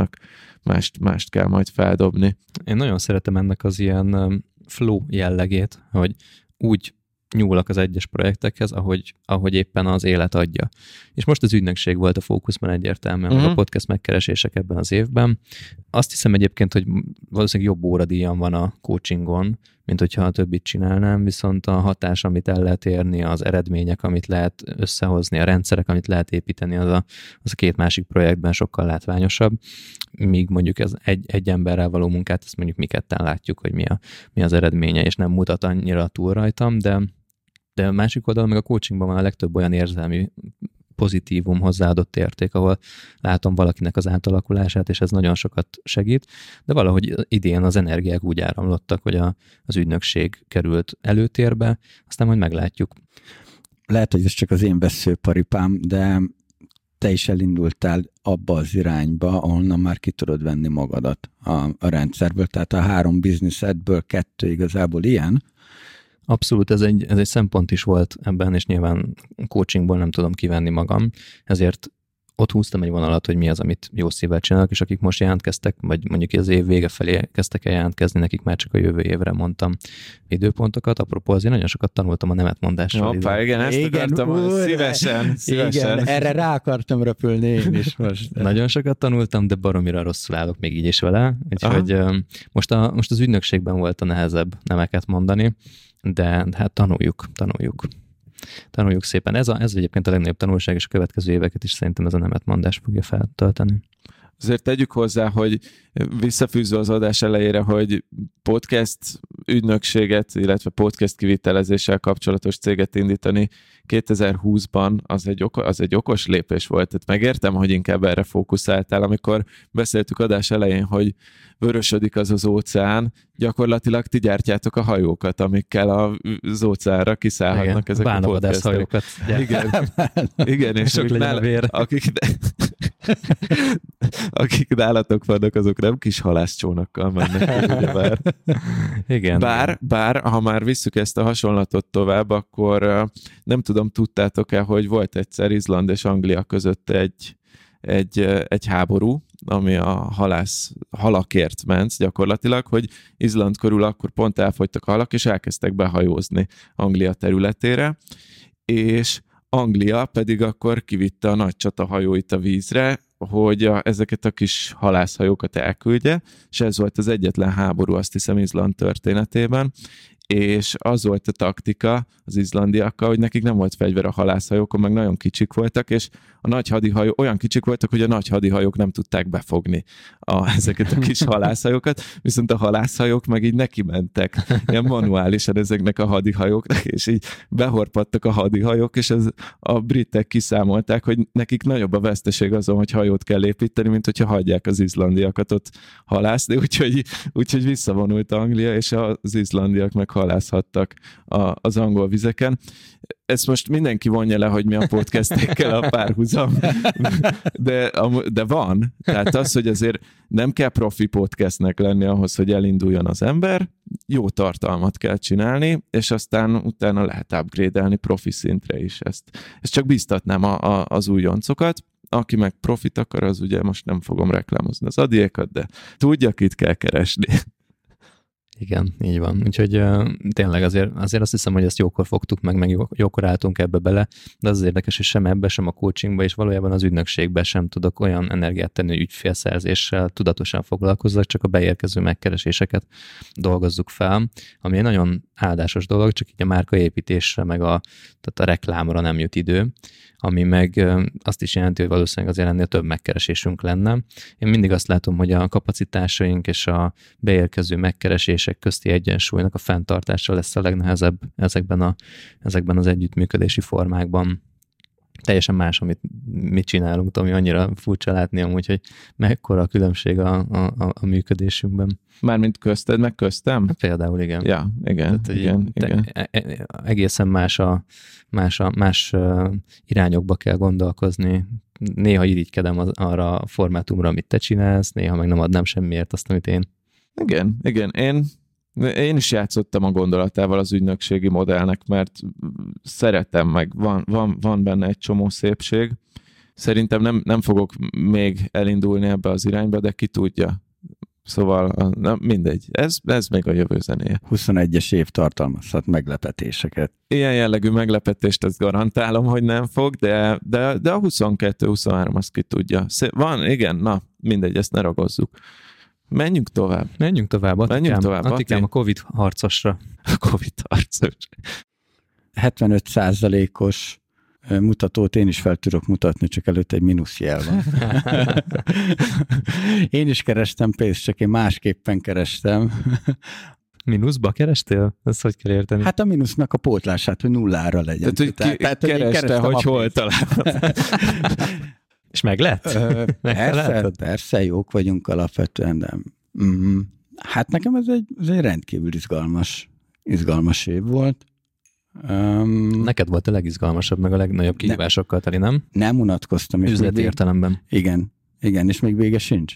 S1: mást kell majd feldobni.
S3: Én nagyon szeretem ennek az ilyen flow jellegét, hogy úgy nyúlok az egyes projektekhez, ahogy éppen az élet adja. És most az ügynökség volt a fókuszban egyértelműen, a podcast megkeresések ebben az évben. Azt hiszem egyébként, hogy valószínűleg jobb óradíjam van a coachingon, mint hogyha a többit csinálnám, viszont a hatás, amit el lehet érni, az eredmények, amit lehet összehozni, a rendszerek, amit lehet építeni, az a 2 másik projektben sokkal látványosabb, míg mondjuk ez egy emberrel való munkát, ezt mondjuk mi ketten látjuk, hogy mi az eredménye, és nem mutat annyira túl rajtam, de a másik oldalon meg a coachingban van a legtöbb olyan érzelmi pozitívum, hozzáadott érték, ahol látom valakinek az átalakulását, és ez nagyon sokat segít, de valahogy idén az energiák úgy áramlottak, hogy az ügynökség került előtérbe, aztán majd meglátjuk.
S2: Lehet, hogy ez csak az én veszőparipám, de te is elindultál abba az irányba, ahonnan már ki tudod venni magadat a rendszerből, tehát a 3 bizniszedből 2 igazából ilyen.
S3: Abszolút, ez egy szempont is volt ebben, és nyilván coachingból nem tudom kivenni magam, ezért ott húztam egy vonalat, hogy mi az, amit jó szívvel csinálok, és akik most jelentkeztek, vagy mondjuk az év vége felé kezdtek el jelentkezni, nekik már csak a jövő évre mondtam időpontokat. Apropó, azért nagyon sokat tanultam a nemetmondással.
S1: Hoppá, igen, ezt akartam, szívesen.
S2: Igen, erre rá akartam repülni én is most.
S3: Nagyon sokat tanultam, de baromira rosszul állok még így is vele, úgyhogy most az ügynökségben volt a nehezebb nemeket mondani, de hát tanuljuk szépen. Ez egyébként a legnagyobb tanulság, és a következő éveket is szerintem ez a nemetmondás fogja feltölteni.
S1: Azért tegyük hozzá, hogy visszafűzve az adás elejére, hogy podcast ügynökséget, illetve podcast kivitelezéssel kapcsolatos céget indítani 2020-ban az egy okos lépés volt. Tehát megértem, hogy inkább erre fókuszáltál. Amikor beszéltük adás elején, hogy vörösödik az óceán, gyakorlatilag ti gyártjátok a hajókat, amikkel az óceánra kiszállhatnak ezek a podcastek.
S3: Hajókat.
S1: Igen, és akik nálatok vannak, azok nem kis halászcsónakkal mennek.
S3: Igen.
S1: Bár, ha már visszük ezt a hasonlatot tovább, akkor nem tudom, tudtátok-e, hogy volt egyszer Izland és Anglia között egy háború, ami a halakért ment gyakorlatilag, hogy Izland körül akkor pont elfogytak a halak, és elkezdtek behajózni Anglia területére, és Anglia pedig akkor kivitte a nagy csatahajóit a vízre, hogy ezeket a kis halászhajókat elküldje, és ez volt az egyetlen háború, azt hiszem, Izland történetében, és az volt a taktika az izlandiakkal, hogy nekik nem volt fegyver a halászhajókon, meg nagyon kicsik voltak, és a nagy hadihajók olyan kicsik voltak, hogy a nagy hadihajók nem tudták befogni ezeket a kis halászhajókat, viszont a halászhajók meg így neki mentek, ilyen manuálisan ezeknek a hadihajóknak, és így behorpadtak a hadihajók, és a britek kiszámolták, hogy nekik nagyobb a veszteség azon, hogy hajót kell építeni, mint hogyha hagyják az izlandiakat ott halászni, úgyhogy visszavonult Anglia, és az izlandiak meg halászhattak az angol vizeken. Ezt most mindenki vonja le, hogy mi a podcastekkel a párhuzam, de van. Tehát az, hogy azért nem kell profi podcastnek lenni ahhoz, hogy elinduljon az ember, jó tartalmat kell csinálni, és aztán utána lehet upgrade-elni profi szintre is ezt. Ezt csak biztatnám az újoncokat. Aki meg profit akar, az ugye most nem fogom reklámozni az adiékat, de tudja, kit kell keresni.
S3: Igen, így van. Úgyhogy tényleg azért azt hiszem, hogy ezt jókor fogtuk meg jókor álltunk ebbe bele, de az érdekes, hogy sem ebbe, sem a coachingba, és valójában az ügynökségbe sem tudok olyan energiát tenni, hogy ügyfélszerzéssel tudatosan foglalkozzak, csak a beérkező megkereséseket dolgozzuk fel, ami egy nagyon áldásos dolog, csak így a márkaépítésre, meg tehát a reklámra nem jut idő, ami meg azt is jelenti, hogy valószínűleg azért ennél több megkeresésünk lenne. Én mindig azt látom, hogy a kapacitásaink és a beérkező megkeresések közti egyensúlynak a fenntartása lesz a legnehezebb ezekben az együttműködési formákban. Teljesen más, amit mit csinálunk, Tomi, annyira furcsa látni amúgy, hogy mekkora a különbség a működésünkben.
S1: Mármint közted, meg köztem?
S3: Például igen.
S1: Ja, igen. Tehát, igen.
S3: Egészen más irányokba kell gondolkozni. Néha irigykedem arra a formátumra, amit te csinálsz, néha meg nem adnám semmiért azt, amit én.
S1: Igen. Én is játszottam a gondolatával az ügynökségi modellnek, mert szeretem, meg van benne egy csomó szépség. Szerintem nem fogok még elindulni ebbe az irányba, de ki tudja. Szóval mindegy, ez még a jövő zenéje.
S2: 21-es év tartalmazhat meglepetéseket.
S1: Ilyen jellegű meglepetést ezt garantálom, hogy nem fog, de a 22-23 azt ki tudja. Van, igen, na mindegy, ezt ne ragozzuk. Menjünk tovább.
S3: Attikám, a Covid harcosra.
S1: A Covid harcos.
S2: 75%-os mutatót én is fel tudok mutatni, csak előtt egy mínuszjel van. Én is kerestem pénzt, csak én másképpen kerestem.
S3: Mínuszba kerestél? Ezt hogy kell érteni?
S2: Hát a mínusznak a pótlását, hogy nullára legyen.
S1: Tehát kereste, hogy hol találod.
S3: És meg lett?
S2: Persze, jók vagyunk alapvetően, de hát nekem ez egy rendkívül izgalmas év volt.
S3: Neked volt a legizgalmasabb, meg a legnagyobb kihívásokkal teli, nem?
S2: Nem unatkoztam.
S3: Üzleti értelemben.
S2: Igen, és még vége sincs.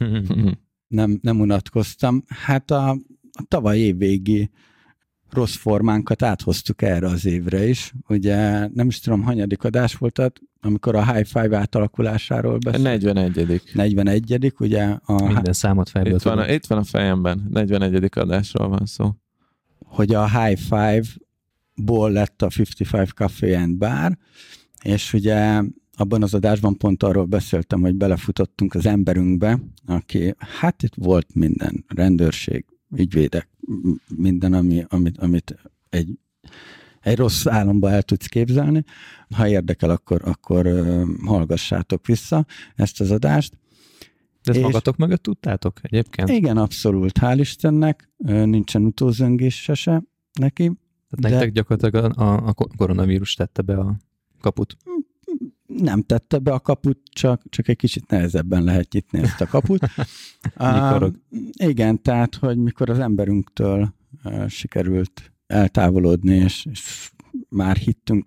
S2: nem unatkoztam. Hát a tavaly évvégi rossz formánkat áthoztuk erre az évre is. Ugye nem is tudom, hanyadik adás volt, amikor a High Five átalakulásáról beszélt. 41. ugye.
S3: Minden számot fejből.
S1: Itt van a fejemben. 41. adásról van szó.
S2: Hogy a High Five-ból lett a 55 Café and Bar, és ugye abban az adásban pont arról beszéltem, hogy belefutottunk az emberünkbe, aki, hát itt volt minden, rendőrség, ügyvédek, minden, amit egy rossz álomba el tudsz képzelni. Ha érdekel, akkor hallgassátok vissza ezt az adást.
S3: De ezt magatok mögött tudtátok egyébként?
S2: Igen, abszolút. Hál' Istennek. Nincsen utózöngése se neki.
S3: Tehát nektek gyakorlatilag a koronavírus tette be a kaput?
S2: Nem tette be a kaput, csak egy kicsit nehezebben lehet nyitni ezt a kaput. Igen, tehát, hogy mikor az emberünktől sikerült eltávolodni, és már hittünk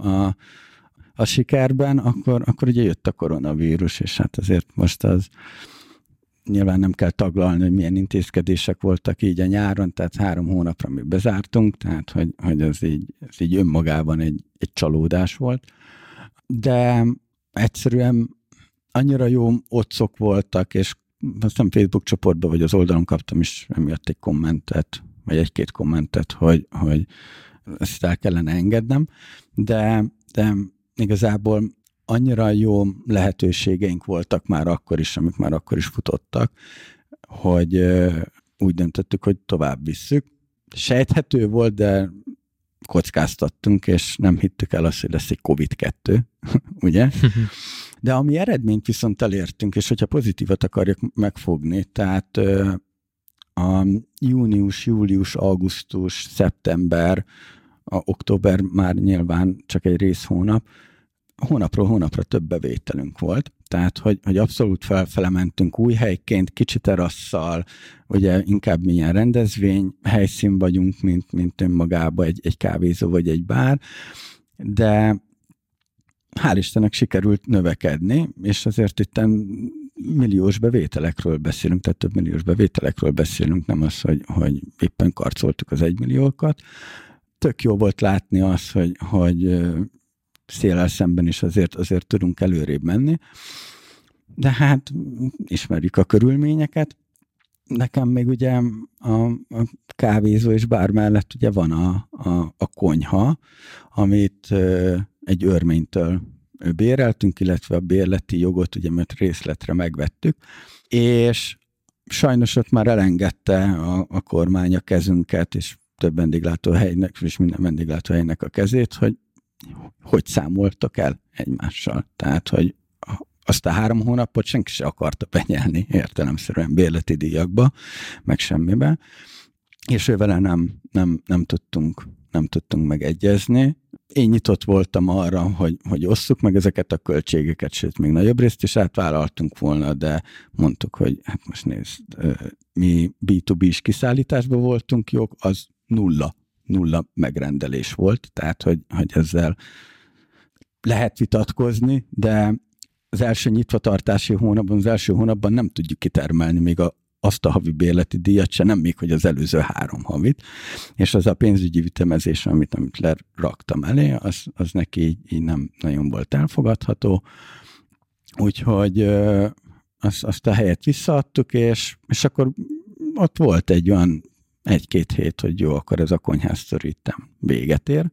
S2: a sikerben, akkor ugye jött a koronavírus, és hát azért most az nyilván nem kell taglalni, hogy milyen intézkedések voltak így a nyáron, tehát 3 hónapra mi bezártunk, tehát hogy ez így önmagában egy csalódás volt. De egyszerűen annyira jó otcok voltak, és aztán Facebook csoportban vagy az oldalon kaptam is emiatt egy kommentet, vagy 1-2 kommentet, hogy ezt el kellene engednem, de igazából annyira jó lehetőségeink voltak már akkor is, amik már akkor is futottak, hogy úgy döntöttük, hogy tovább visszük. Sejthető volt, de kockáztattunk, és nem hittük el azt, hogy lesz egy COVID-2, ugye? De ami eredményt viszont elértünk, és hogyha pozitívat akarjuk megfogni, tehát a június, július, augusztus, szeptember, október már nyilván csak egy részhónap, hónapról hónapra több bevételünk volt, tehát hogy abszolút felfele mentünk új helyként, kicsi terasszal, ugye inkább milyen rendezvény helyszín vagyunk, mint önmagában egy kávézó vagy egy bár, de hál' Istennek sikerült növekedni, és azért itt milliós bevételekről beszélünk, tehát több milliós bevételekről beszélünk, nem az, hogy éppen karcoltuk az 1 milliókat. Tök jó volt látni azt, hogy széllel szemben is azért tudunk előrébb menni, de hát ismerjük a körülményeket, nekem még ugye a kávézó és bár mellett ugye van a konyha, amit egy örménytől béreltünk, illetve a bérleti jogot ugye mert részletre megvettük, és sajnos ott már elengedte a kormány a kezünket, és több vendéglátóhelynek, és minden vendéglátóhelynek a kezét, hogy számoltak el egymással. Tehát, hogy azt a 3 hónapot senki se akarta benyelni értelemszerűen bérleti díjakba, meg semmibe, és ővele nem tudtunk megegyezni. Én nyitott voltam arra, hogy osszuk meg ezeket a költségeket, sőt, még nagyobb részt is átvállaltunk volna, de mondtuk, hogy hát most nézd, mi B2B-s kiszállításban voltunk jók, az nulla megrendelés volt, tehát, hogy ezzel lehet vitatkozni, de az első nyitvatartási hónapban, az első hónapban nem tudjuk kitermelni még azt a havi bérleti díjat se, nem még, hogy az előző 3 havit, és az a pénzügyi ütemezés, amit leraktam elé, az neki így nem nagyon volt elfogadható, úgyhogy azt a helyet visszaadtuk, és akkor ott volt egy olyan 1-2 hét, hogy jó, akkor ez a konyhásztorítem véget ér.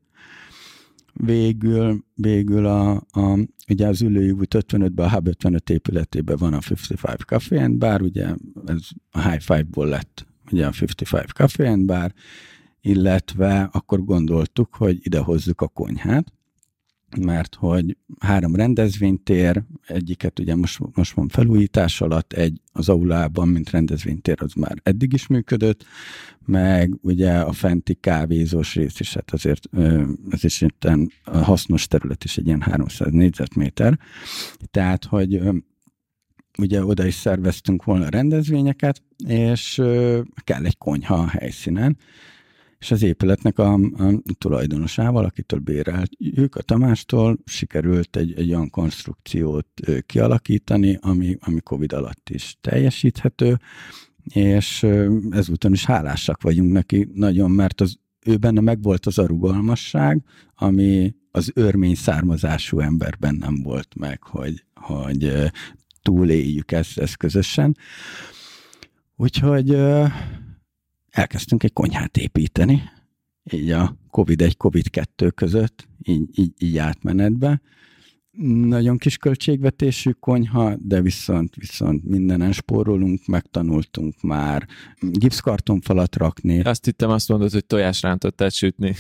S2: Végül ugye az Üllői út 55-ben, a Hub 55 épületében van a 55 Café and Bar, ugye ez a High Five-ból lett ugye a 55 Café and Bar, illetve akkor gondoltuk, hogy ide hozzuk a konyhát, mert hogy 3 rendezvénytér, egyiket ugye most van felújítás alatt, egy az aulában, mint rendezvénytér, az már eddig is működött, meg ugye a fenti kávézós rész is, hát azért ez is a hasznos terület is egy ilyen 300 négyzetméter, tehát, hogy ugye oda is szerveztünk volna rendezvényeket, és kell egy konyha a helyszínen, és az épületnek a tulajdonosával, akitől béreltjük, a Tamástól sikerült egy olyan konstrukciót kialakítani, ami Covid alatt is teljesíthető, és ezúton is hálásak vagyunk neki nagyon, mert ő benne megvolt az a rugalmasság, ami az örmény származású emberben nem volt meg, hogy túléljük ezt közösen. Úgyhogy elkezdtünk egy konyhát építeni, így a Covid-1, Covid-2 között, így átmenetbe. Nagyon kis költségvetésű konyha, de viszont mindenen spórolunk, megtanultunk már gipszkartonfalat rakni.
S1: Azt hittem, azt mondod, hogy tojásrántottát sütni.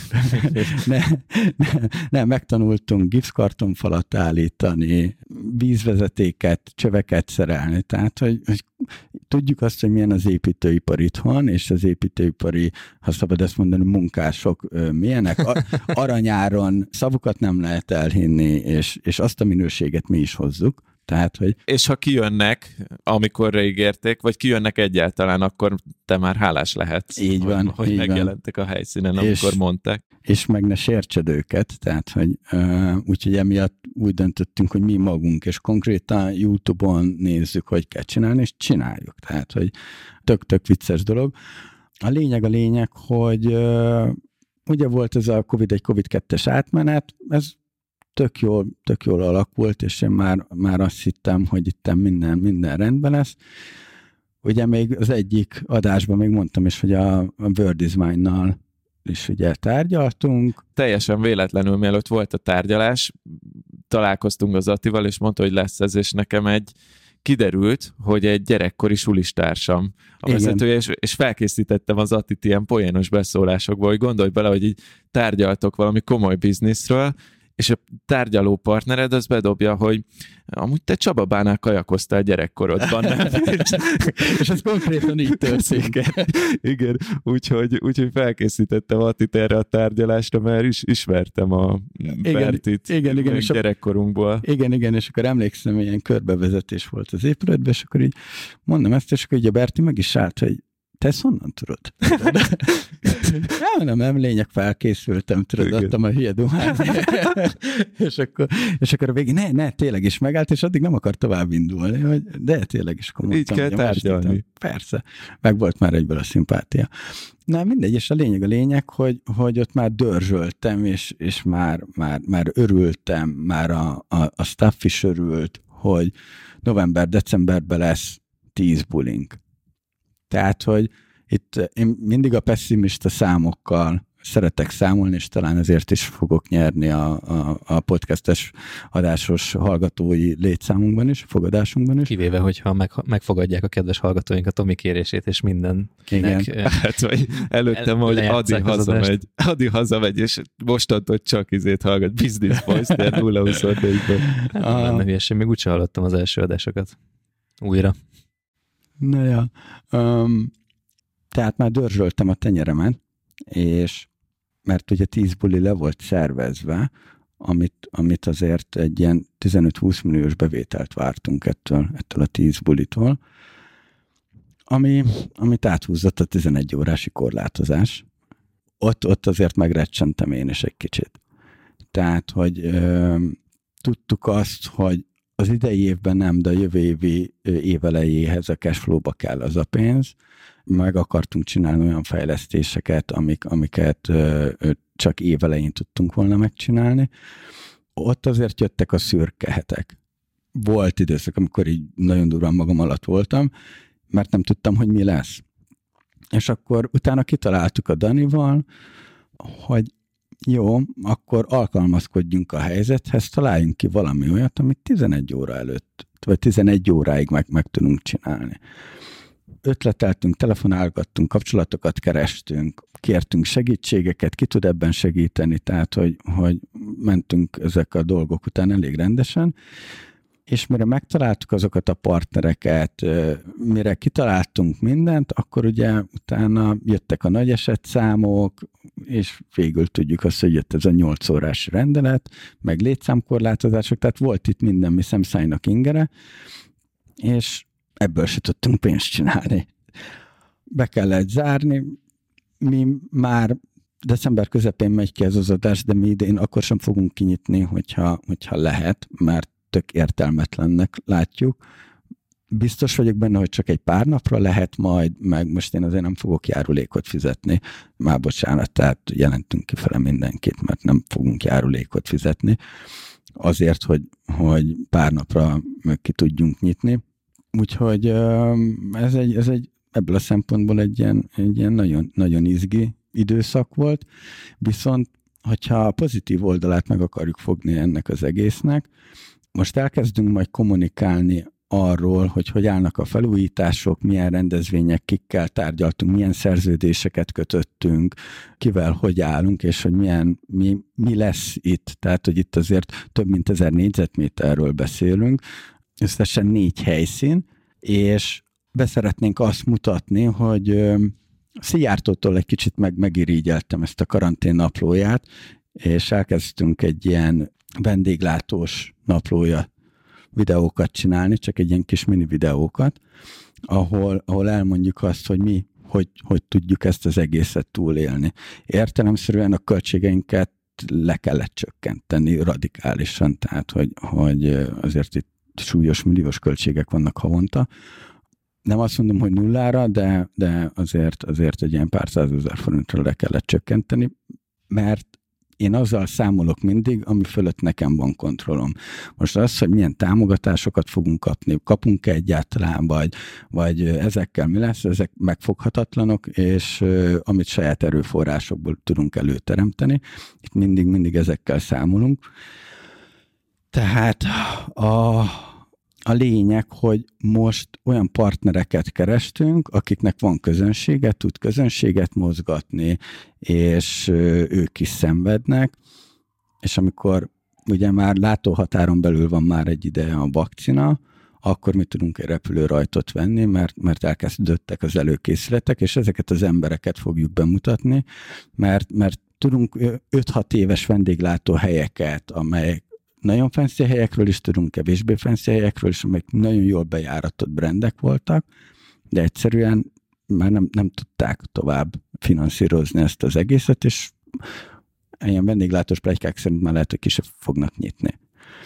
S2: Ne, megtanultunk gipszkartonfalat állítani, vízvezetéket, csöveket szerelni, tehát, hogy tudjuk azt, hogy milyen az építőipar itthon, és az építőipari, ha szabad ezt mondani, munkások milyenek. Aranyáron szavukat nem lehet elhinni, és azt a minőséget mi is hozzuk. Tehát, hogy...
S1: És ha kijönnek, amikorra ígérték, vagy kijönnek egyáltalán, akkor te már hálás lehetsz.
S2: Így van.
S1: Hogy
S2: így
S1: megjelentek
S2: van.
S1: A helyszínen, amikor mondták.
S2: És meg ne sértsed őket, tehát, hogy úgyhogy emiatt úgy döntöttünk, hogy mi magunk, és konkrétan YouTube-on nézzük, hogy kell csinálni, és csináljuk. Tehát, hogy tök vicces dolog. A lényeg, hogy ugye volt ez a Covid-1, Covid-2-es átmenet, ez tök jól alakult, és én már azt hittem, hogy itt minden rendben lesz. Ugye még az egyik adásban még mondtam is, hogy a Word is Mine-nal is ugye tárgyaltunk.
S1: Teljesen véletlenül, mielőtt volt a tárgyalás, találkoztunk az Attival, és mondta, hogy lesz ez, és nekem kiderült, hogy egy gyerekkori sulistársam a vezetője, és felkészítettem az Attit ilyen poénos beszólásokból, hogy gondolj bele, hogy így tárgyaltok valami komoly bizniszről, és a tárgyaló partnered az bedobja, hogy amúgy te Csaba Bánál kajakoztál gyerekkorodban, nem?
S2: És ez konkrétan így történik.
S1: Igen, úgyhogy felkészítettem Attit erre a tárgyalásra, mert ismertem a Bertit
S2: igen,
S1: gyerekkorunkból.
S2: Igen, és akkor emlékszem, ilyen körbevezetés volt az épületben, és akkor így mondom ezt, és akkor így a Berti meg is állt, hogy te ezt honnan tudod? Nem, lényeg, felkészültem, tudod, adtam a hülye dumát. és akkor a végén, ne, tényleg is megállt, és addig nem akar tovább indulni, hogy de tényleg is komolyan.
S1: Így kell tárgyalni.
S2: Persze, meg volt már egyből a szimpátia. Na mindegy, és a lényeg, hogy ott már dörzsöltem, és már örültem, már a staff is örült, hogy november-decemberben lesz 10 bulink. Tehát, hogy itt én mindig a pessimista számokkal szeretek számolni, és talán ezért is fogok nyerni a podcastes adásos hallgatói létszámunkban is, fogadásunkban is.
S3: Kivéve, hogyha megfogadják a kedves hallgatóink a Tomi kérését, és mindenkinek...
S1: Hát, vagy előttem, hogy Adi hazamegy, és mostantól csak hallgat Business Boys, tehát 0-24-ben.
S3: Hát, nem hülyeség, még úgyse hallottam az első adásokat. Újra.
S2: Na ja. Tehát már dörzsöltem a tenyeremet, és mert ugye 10 buli le volt szervezve, amit azért egy ilyen 15-20 milliós bevételt vártunk ettől a 10 bulitól, amit áthúzott a 11 órási korlátozás. Ott azért megrecsentem én is egy kicsit. Tehát, hogy tudtuk azt, hogy az idei évben nem, de a jövő évi év elejéhez a cashflow-ba kell az a pénz. Meg akartunk csinálni olyan fejlesztéseket, amiket csak év elején tudtunk volna megcsinálni. Ott azért jöttek a szürke hetek. Volt időszak, amikor így nagyon durván magam alatt voltam, mert nem tudtam, hogy mi lesz. És akkor utána kitaláltuk a Danival, hogy jó, akkor alkalmazkodjunk a helyzethez, találjunk ki valami olyat, amit 11 óra előtt, vagy 11 óráig meg tudunk csinálni. Ötleteltünk, telefonálgattunk, kapcsolatokat kerestünk, kértünk segítségeket, ki tud ebben segíteni, tehát, hogy mentünk ezek a dolgok után elég rendesen, és mire megtaláltuk azokat a partnereket, mire kitaláltunk mindent, akkor ugye utána jöttek a nagy esetszámok, és végül tudjuk azt, hogy jött ez a 8 órás rendelet, meg létszámkorlátozások, tehát volt itt minden, mi szemszájnak ingere, és ebből se tudtunk pénzt csinálni. Be kellett zárni, mi már december közepén megy ki ez az adás, de mi idén akkor sem fogunk kinyitni, hogyha lehet, mert tök értelmetlennek látjuk. Biztos vagyok benne, hogy csak egy pár napra lehet majd, meg most én azért nem fogok járulékot fizetni. Már bocsánat, tehát jelentünk kifele mindenkit, mert nem fogunk járulékot fizetni. Azért, hogy pár napra ki tudjunk nyitni. Úgyhogy ez egy ebből a szempontból egy ilyen nagyon, nagyon izgi időszak volt, viszont hogyha a pozitív oldalát meg akarjuk fogni ennek az egésznek, most elkezdünk majd kommunikálni arról, hogy állnak a felújítások, milyen rendezvények, kikkel tárgyaltunk, milyen szerződéseket kötöttünk, kivel hogy állunk, és hogy mi lesz itt. Tehát, hogy itt azért több mint 1000 négyzetméterről beszélünk, összesen 4 helyszín, és beszeretnénk azt mutatni, hogy Szijjártótól egy kicsit megirigyeltem ezt a karantén naplóját, és elkezdtünk egy ilyen vendéglátós naplója videókat csinálni, csak egy ilyen kis mini videókat, ahol elmondjuk azt, hogy mi, hogy tudjuk ezt az egészet túlélni. Értelemszerűen a költségeinket le kellett csökkenteni radikálisan, tehát hogy azért itt súlyos milliós költségek vannak havonta. Nem azt mondom, hogy nullára, de azért egy ilyen pár százezer forintra le kellett csökkenteni, mert én azzal számolok mindig, ami fölött nekem van kontrollom. Most az, hogy milyen támogatásokat fogunk kapni, kapunk-e egyáltalán, vagy ezekkel mi lesz, ezek megfoghatatlanok, és amit saját erőforrásokból tudunk előteremteni. Itt mindig ezekkel számolunk. Tehát a lényeg, hogy most olyan partnereket kerestünk, akiknek van közönsége, tud közönséget mozgatni, és ők is szenvednek, és amikor ugye már látóhatáron belül van már egy ideje a vakcina, akkor mi tudunk egy repülőrajtot venni, mert elkezdődtek az előkészületek, és ezeket az embereket fogjuk bemutatni, mert tudunk 5-6 éves vendéglátó helyeket, amelyek nagyon fancy helyekről is tudunk, kevésbé fancy helyekről is, amelyek nagyon jól bejáratott brandek voltak, de egyszerűen már nem tudták tovább finanszírozni ezt az egészet, és ilyen vendéglátós pletykák szerint már lehet, hogy ki sem fognak nyitni.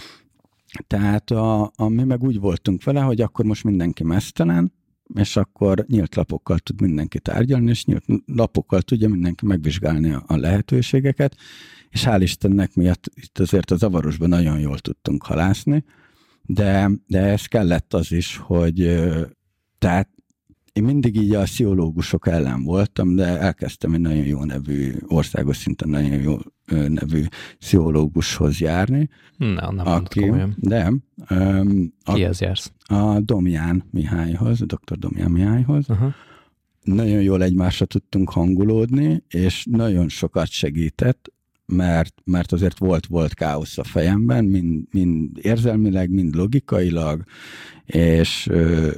S2: Tehát mi meg úgy voltunk vele, hogy akkor most mindenki meztelen, és akkor nyílt lapokkal tud mindenki tárgyalni, és nyílt lapokkal tudja mindenki megvizsgálni a lehetőségeket, és hál' Istennek miatt itt azért a zavarosban nagyon jól tudtunk halászni, de ez kellett az is, hogy tehát én mindig így a pszichológusok ellen voltam, de elkezdtem egy nagyon jó nevű, országos szinten nagyon jó nevű pszichológushoz járni.
S3: Nem mondod komolyan.
S2: De.
S3: Kihez jársz?
S2: A Domján Mihályhoz, a dr. Domján Mihályhoz.
S3: Uh-huh.
S2: Nagyon jól egymásra tudtunk hangolódni, és nagyon sokat segített, mert azért volt káosz a fejemben, mind érzelmileg, mind logikailag, és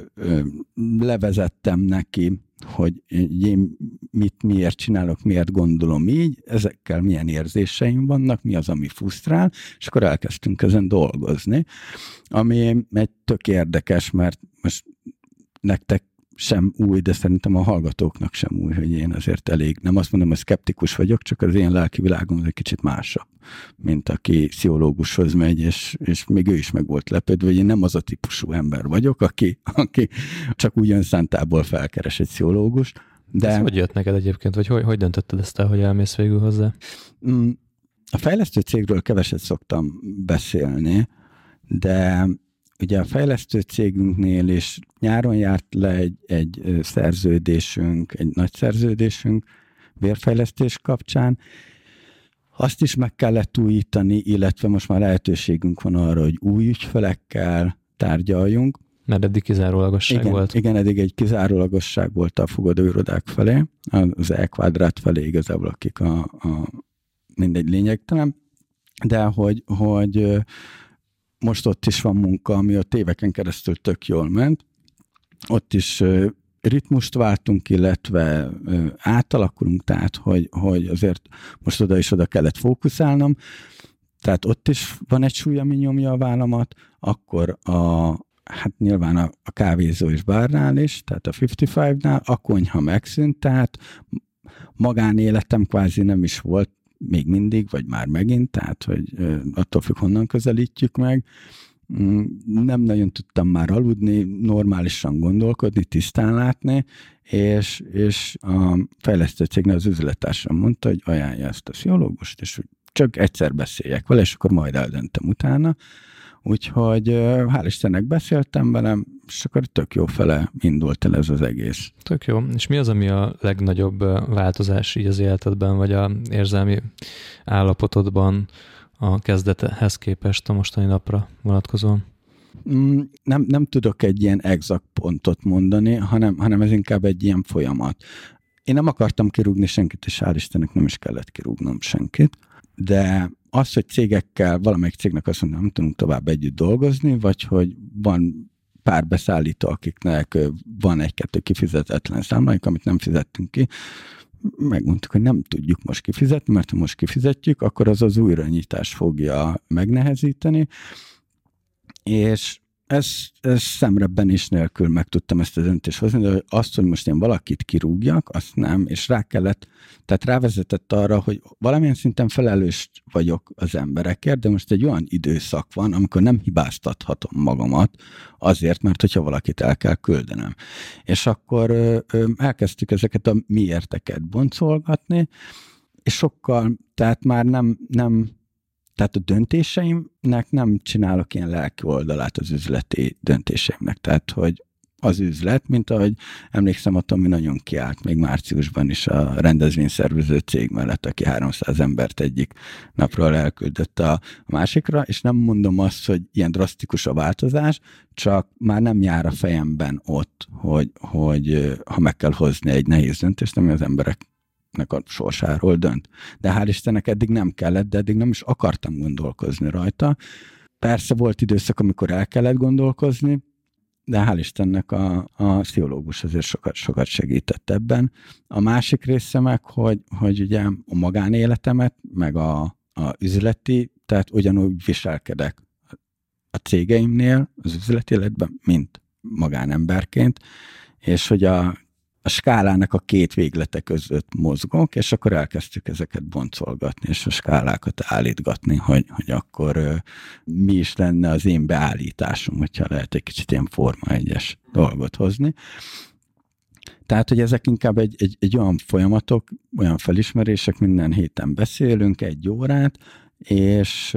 S2: levezettem neki, hogy én miért csinálok, miért gondolom így, ezekkel milyen érzéseim vannak, mi az, ami frusztrál, és akkor elkezdtünk ezen dolgozni, ami egy tök érdekes, mert most nektek sem új, de szerintem a hallgatóknak sem új, hogy én azért elég, nem azt mondom, hogy szkeptikus vagyok, csak az én lelki világom az egy kicsit másabb, mint aki pszichológushoz megy, és még ő is meg volt lepődve, hogy én nem az a típusú ember vagyok, aki csak úgy önszántából felkeres egy pszichológust. De...
S3: Ez hogy jött neked egyébként, vagy hogy döntötted ezt el, hogy elmész végül hozzá?
S2: A fejlesztő cégről keveset szoktam beszélni, de ugye a fejlesztő cégünknél is nyáron járt le egy szerződésünk, egy nagy szerződésünk vérfejlesztés kapcsán. Azt is meg kellett újítani, illetve most már lehetőségünk van arra, hogy új ügyfelekkel tárgyaljunk.
S3: Mert eddig kizárólagosság volt.
S2: Igen, eddig egy kizárólagosság volt a fogadóirodák felé, az E-kvádrát felé igazából, akik mindegy lényegtelen, de hogy most ott is van munka, ami ott éveken keresztül tök jól ment. Ott is ritmust váltunk, illetve átalakulunk, tehát hogy azért most oda is oda kellett fókuszálnom. Tehát ott is van egy súly, ami nyomja a vállamat, akkor hát nyilván a kávézó és bárnál is, tehát a 55-nál, a konyha megszűnt, tehát magánéletem kvázi nem is volt még mindig, vagy már megint, tehát hogy attól függ, honnan közelítjük meg. Nem nagyon tudtam már aludni, normálisan gondolkodni, tisztán látni, és a fejlesztő cégnél az üzlettársam mondta, hogy ajánlja ezt a pszichológust, és hogy csak egyszer beszéljek vele, és akkor majd eldöntem utána. Úgyhogy hál' Istennek beszéltem velem, és akkor tök jó fele indult el ez az egész.
S3: Tök jó. És mi az, ami a legnagyobb változás így az életedben, vagy a érzelmi állapotodban a kezdethez képest a mostani napra vonatkozóan?
S2: Nem tudok egy ilyen exakt pontot mondani, hanem ez inkább egy ilyen folyamat. Én nem akartam kirúgni senkit, és hál' Istennek nem is kellett kirúgnom senkit, de az, hogy cégekkel, valamelyik cégnek azt mondom, nem tudunk tovább együtt dolgozni, vagy hogy van pár beszállító, akiknek van egy-kettő kifizetetlen számlájuk, amit nem fizettünk ki, megmondtuk, hogy nem tudjuk most kifizetni, mert ha most kifizetjük, akkor az újranyitás fogja megnehezíteni, és ez szemrebbenés nélkül meg tudtam ezt a döntést hozni, de azt, hogy most én valakit kirúgjak, azt nem, és tehát rávezetett arra, hogy valamilyen szinten felelős vagyok az emberekért, de most egy olyan időszak van, amikor nem hibáztathatom magamat azért, mert hogyha valakit el kell küldenem. És akkor elkezdtük ezeket a miérteket boncolgatni, és sokkal, tehát már nem tehát a döntéseimnek nem csinálok ilyen lelki oldalát az üzleti döntéseimnek. Tehát, hogy az üzlet, mint ahogy emlékszem, a Tomi nagyon kiállt még márciusban is a rendezvényszervező cég mellett, aki 300 embert egyik napról elküldött a másikra, és nem mondom azt, hogy ilyen drasztikus a változás, csak már nem jár a fejemben ott, hogy ha meg kell hozni egy nehéz döntést, ami az emberek a sorsáról dönt. De hál' Istennek eddig nem kellett, de eddig nem is akartam gondolkozni rajta. Persze volt időszak, amikor el kellett gondolkozni, de hál' Istennek a pszichológus azért sokat segített ebben. A másik része meg, hogy ugye a magánéletemet, meg a üzleti, tehát ugyanúgy viselkedek a cégeimnél, az üzleti életben, mint magánemberként, és hogy a skálának a két véglete között mozgok, és akkor elkezdtük ezeket boncolgatni, és a skálákat állítgatni, hogy akkor mi is lenne az én beállításom, hogyha lehet egy kicsit ilyen Forma 1-es dolgot hozni. Tehát, hogy ezek inkább egy olyan folyamatok, olyan felismerések, minden héten beszélünk 1 órát, és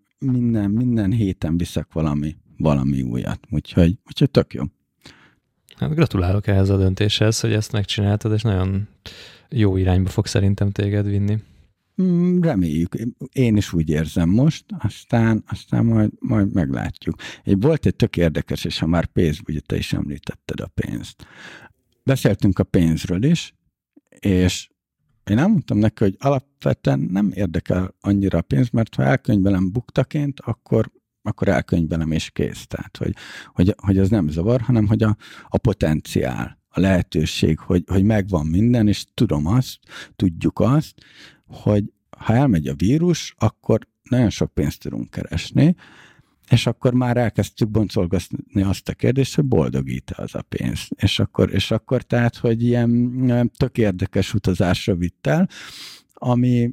S2: minden héten viszek valami újat. Úgyhogy tök jó.
S3: Hát gratulálok ehhez a döntéshez, hogy ezt megcsináltad, és nagyon jó irányba fog szerintem téged vinni.
S2: Reméljük. Én is úgy érzem most, aztán majd meglátjuk. Volt egy tök érdekes, és ha már pénz, ugye te is említetted a pénzt. Beszéltünk a pénzről is, és én elmondtam neki, hogy alapvetően nem érdekel annyira a pénz, mert ha elkönyvelem buktaként, akkor elkönyvelem és kész. Tehát, hogy az nem zavar, hanem hogy a potenciál, a lehetőség, hogy megvan minden, és tudjuk azt, hogy ha elmegy a vírus, akkor nagyon sok pénzt tudunk keresni, és akkor már elkezdtük boncolgatni azt a kérdést, hogy boldogít-e az a pénz. És akkor tehát, hogy ilyen tök érdekes utazásra vitt el, ami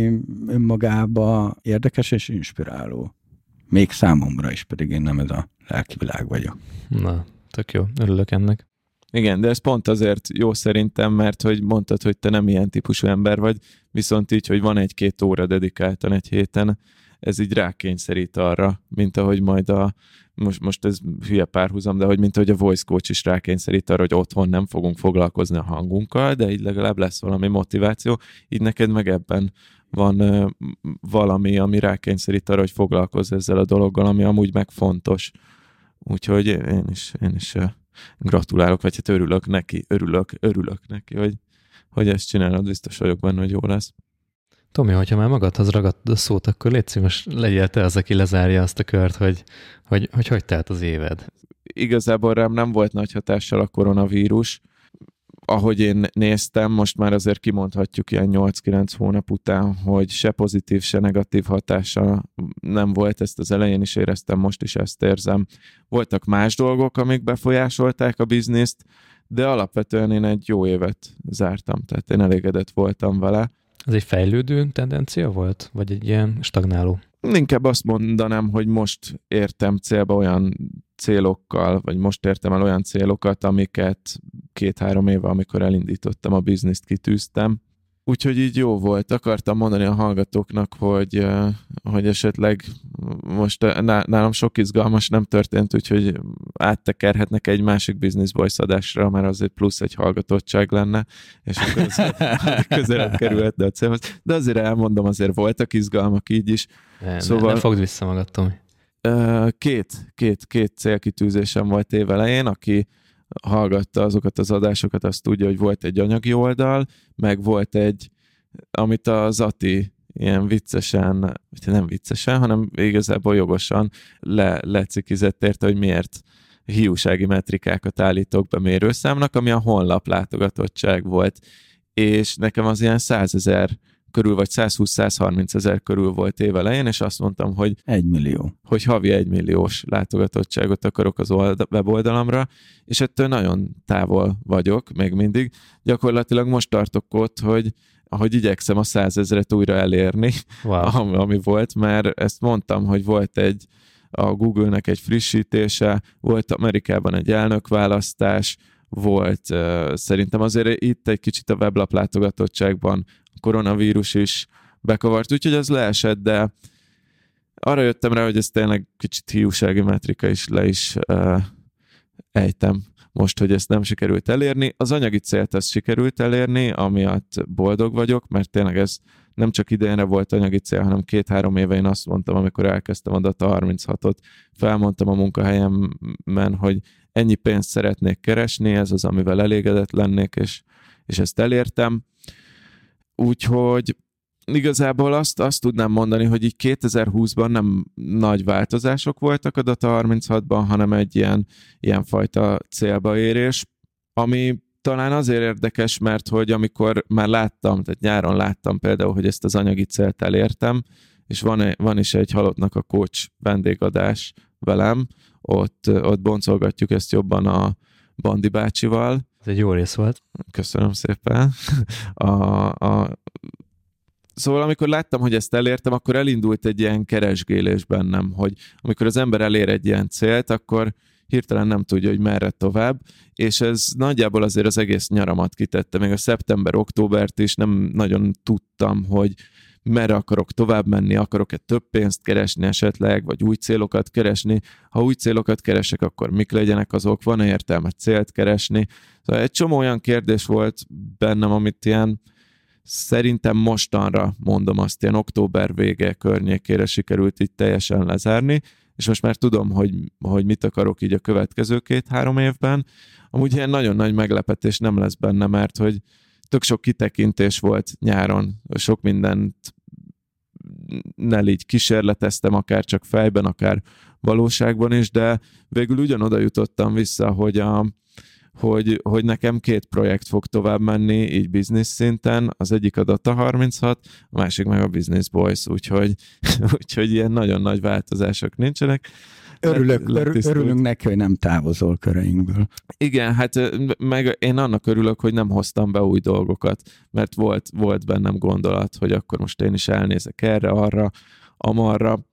S2: önmagában érdekes és inspiráló. Még számomra is, pedig én nem ez a lelkivilág vagyok.
S3: Na, tök jó. Örülök ennek.
S1: Igen, de ez pont azért jó szerintem, mert hogy mondtad, hogy te nem ilyen típusú ember vagy, viszont így, hogy van 1-2 óra dedikáltan egy héten, ez így rákényszerít arra, mint ahogy majd most ez hülye párhuzam, de hogy mint ahogy a voice coach is rákényszerít arra, hogy otthon nem fogunk foglalkozni a hangunkkal, de így legalább lesz valami motiváció, így neked meg ebben van valami, ami rákényszerít arra, hogy foglalkozz ezzel a dologgal, ami amúgy meg fontos. Úgyhogy én is gratulálok, vagy hát örülök neki, hogy ezt csinálod, biztos vagyok benne, hogy jó lesz.
S3: Tomi, hogyha már magadhoz ragadtad a szót, akkor légy szíves, legyél te az, aki lezárja azt a kört, hogy telt az éved.
S1: Igazából rám nem volt nagy hatással a koronavírus. Ahogy én néztem, most már azért kimondhatjuk ilyen 8-9 hónap után, hogy se pozitív, se negatív hatása nem volt, ezt az elején is éreztem, most is ezt érzem. Voltak más dolgok, amik befolyásolták a bizniszt, de alapvetően én egy jó évet zártam, tehát én elégedett voltam vele.
S3: Ez egy fejlődő tendencia volt? Vagy egy ilyen stagnáló?
S1: Inkább azt mondanám, hogy most értem célba olyan célokkal, vagy most értem el olyan célokat, amiket 2-3 éve, amikor elindítottam a bizniszt, kitűztem. Úgyhogy így jó volt. Akartam mondani a hallgatóknak, hogy esetleg most nálam sok izgalmas nem történt, úgyhogy áttekerhetnek egy másik Business Boys adásra, mert azért plusz egy hallgatottság lenne, és akkor az közelebb kerülhetne a célhoz. De azért elmondom, azért voltak izgalmak így is.
S3: Ne fogd vissza magad, Tomi.
S1: Két célkitűzésem volt évelején, aki hallgatta azokat az adásokat, azt tudja, hogy volt egy anyagi oldal, meg volt egy, amit az Ati ilyen viccesen, vagy nem viccesen, hanem igazából jogosan lecikizett érte, hogy miért hiúsági metrikákat állítok be mérőszámnak, ami a honlap látogatottság volt. És nekem az ilyen 100 000 körül, vagy 120-130 ezer körül volt évelején, és azt mondtam, hogy
S2: 1 millió.
S1: Hogy havi 1 milliós látogatottságot akarok az weboldalamra, és ettől nagyon távol vagyok, még mindig. Gyakorlatilag most tartok ott, hogy igyekszem a 100 000-et újra elérni, wow. ami volt, mert ezt mondtam, hogy volt a Google-nek egy frissítése, volt Amerikában egy elnökválasztás, volt szerintem azért itt egy kicsit a weblap látogatottságban koronavírus is bekavart, úgyhogy ez leesett, de arra jöttem rá, hogy ez tényleg kicsit hiúsági metrika is le is ejtem most, hogy ezt nem sikerült elérni. Az anyagi célt ezt sikerült elérni, amiatt boldog vagyok, mert tényleg ez nem csak idénre volt anyagi cél, hanem 2-3 éve én azt mondtam, amikor elkezdtem a Data 36-ot, felmondtam a munkahelyemben, hogy ennyi pénzt szeretnék keresni, ez az, amivel elégedett lennék, és ezt elértem. Úgyhogy igazából azt tudnám mondani, hogy így 2020-ban nem nagy változások voltak a Data 36-ban, hanem egy ilyen fajta célbaérés, ami talán azért érdekes, mert hogy amikor már láttam, tehát nyáron láttam például, hogy ezt az anyagi célt elértem, és van is egy Halottnak a coach vendégadás velem, ott boncolgatjuk ezt jobban a Bandi bácsival.
S3: Ez egy jó rész volt.
S1: Köszönöm szépen. Szóval amikor láttam, hogy ezt elértem, akkor elindult egy ilyen keresgélés bennem, hogy amikor az ember elér egy ilyen célt, akkor hirtelen nem tudja, hogy merre tovább, és ez nagyjából azért az egész nyaramat kitette, még a szeptember-októbert is nem nagyon tudtam, hogy merre akarok tovább menni, akarok-e több pénzt keresni esetleg, vagy új célokat keresni. Ha új célokat keresek, akkor mik legyenek azok, van-e értelme célt keresni. Szóval egy csomó olyan kérdés volt bennem, amit ilyen szerintem mostanra, mondom azt, ilyen október vége környékére sikerült így teljesen lezárni, és most már tudom, hogy mit akarok így a következő 2-3 évben. Amúgy ilyen nagyon nagy meglepetés nem lesz benne, mert hogy tök sok kitekintés volt nyáron, sok mindent így kísérleteztem, akár csak fejben, akár valóságban is, de végül ugyanoda jutottam vissza, hogy nekem 2 projekt fog tovább menni, így business szinten, az egyik a Data 36, a másik meg a Business Boys, úgyhogy ilyen nagyon nagy változások nincsenek.
S2: Örülünk neki, hogy nem távozol köreinkből.
S1: Igen, hát meg én annak örülök, hogy nem hoztam be új dolgokat, mert volt bennem gondolat, hogy akkor most én is elnézek erre, arra, amarra,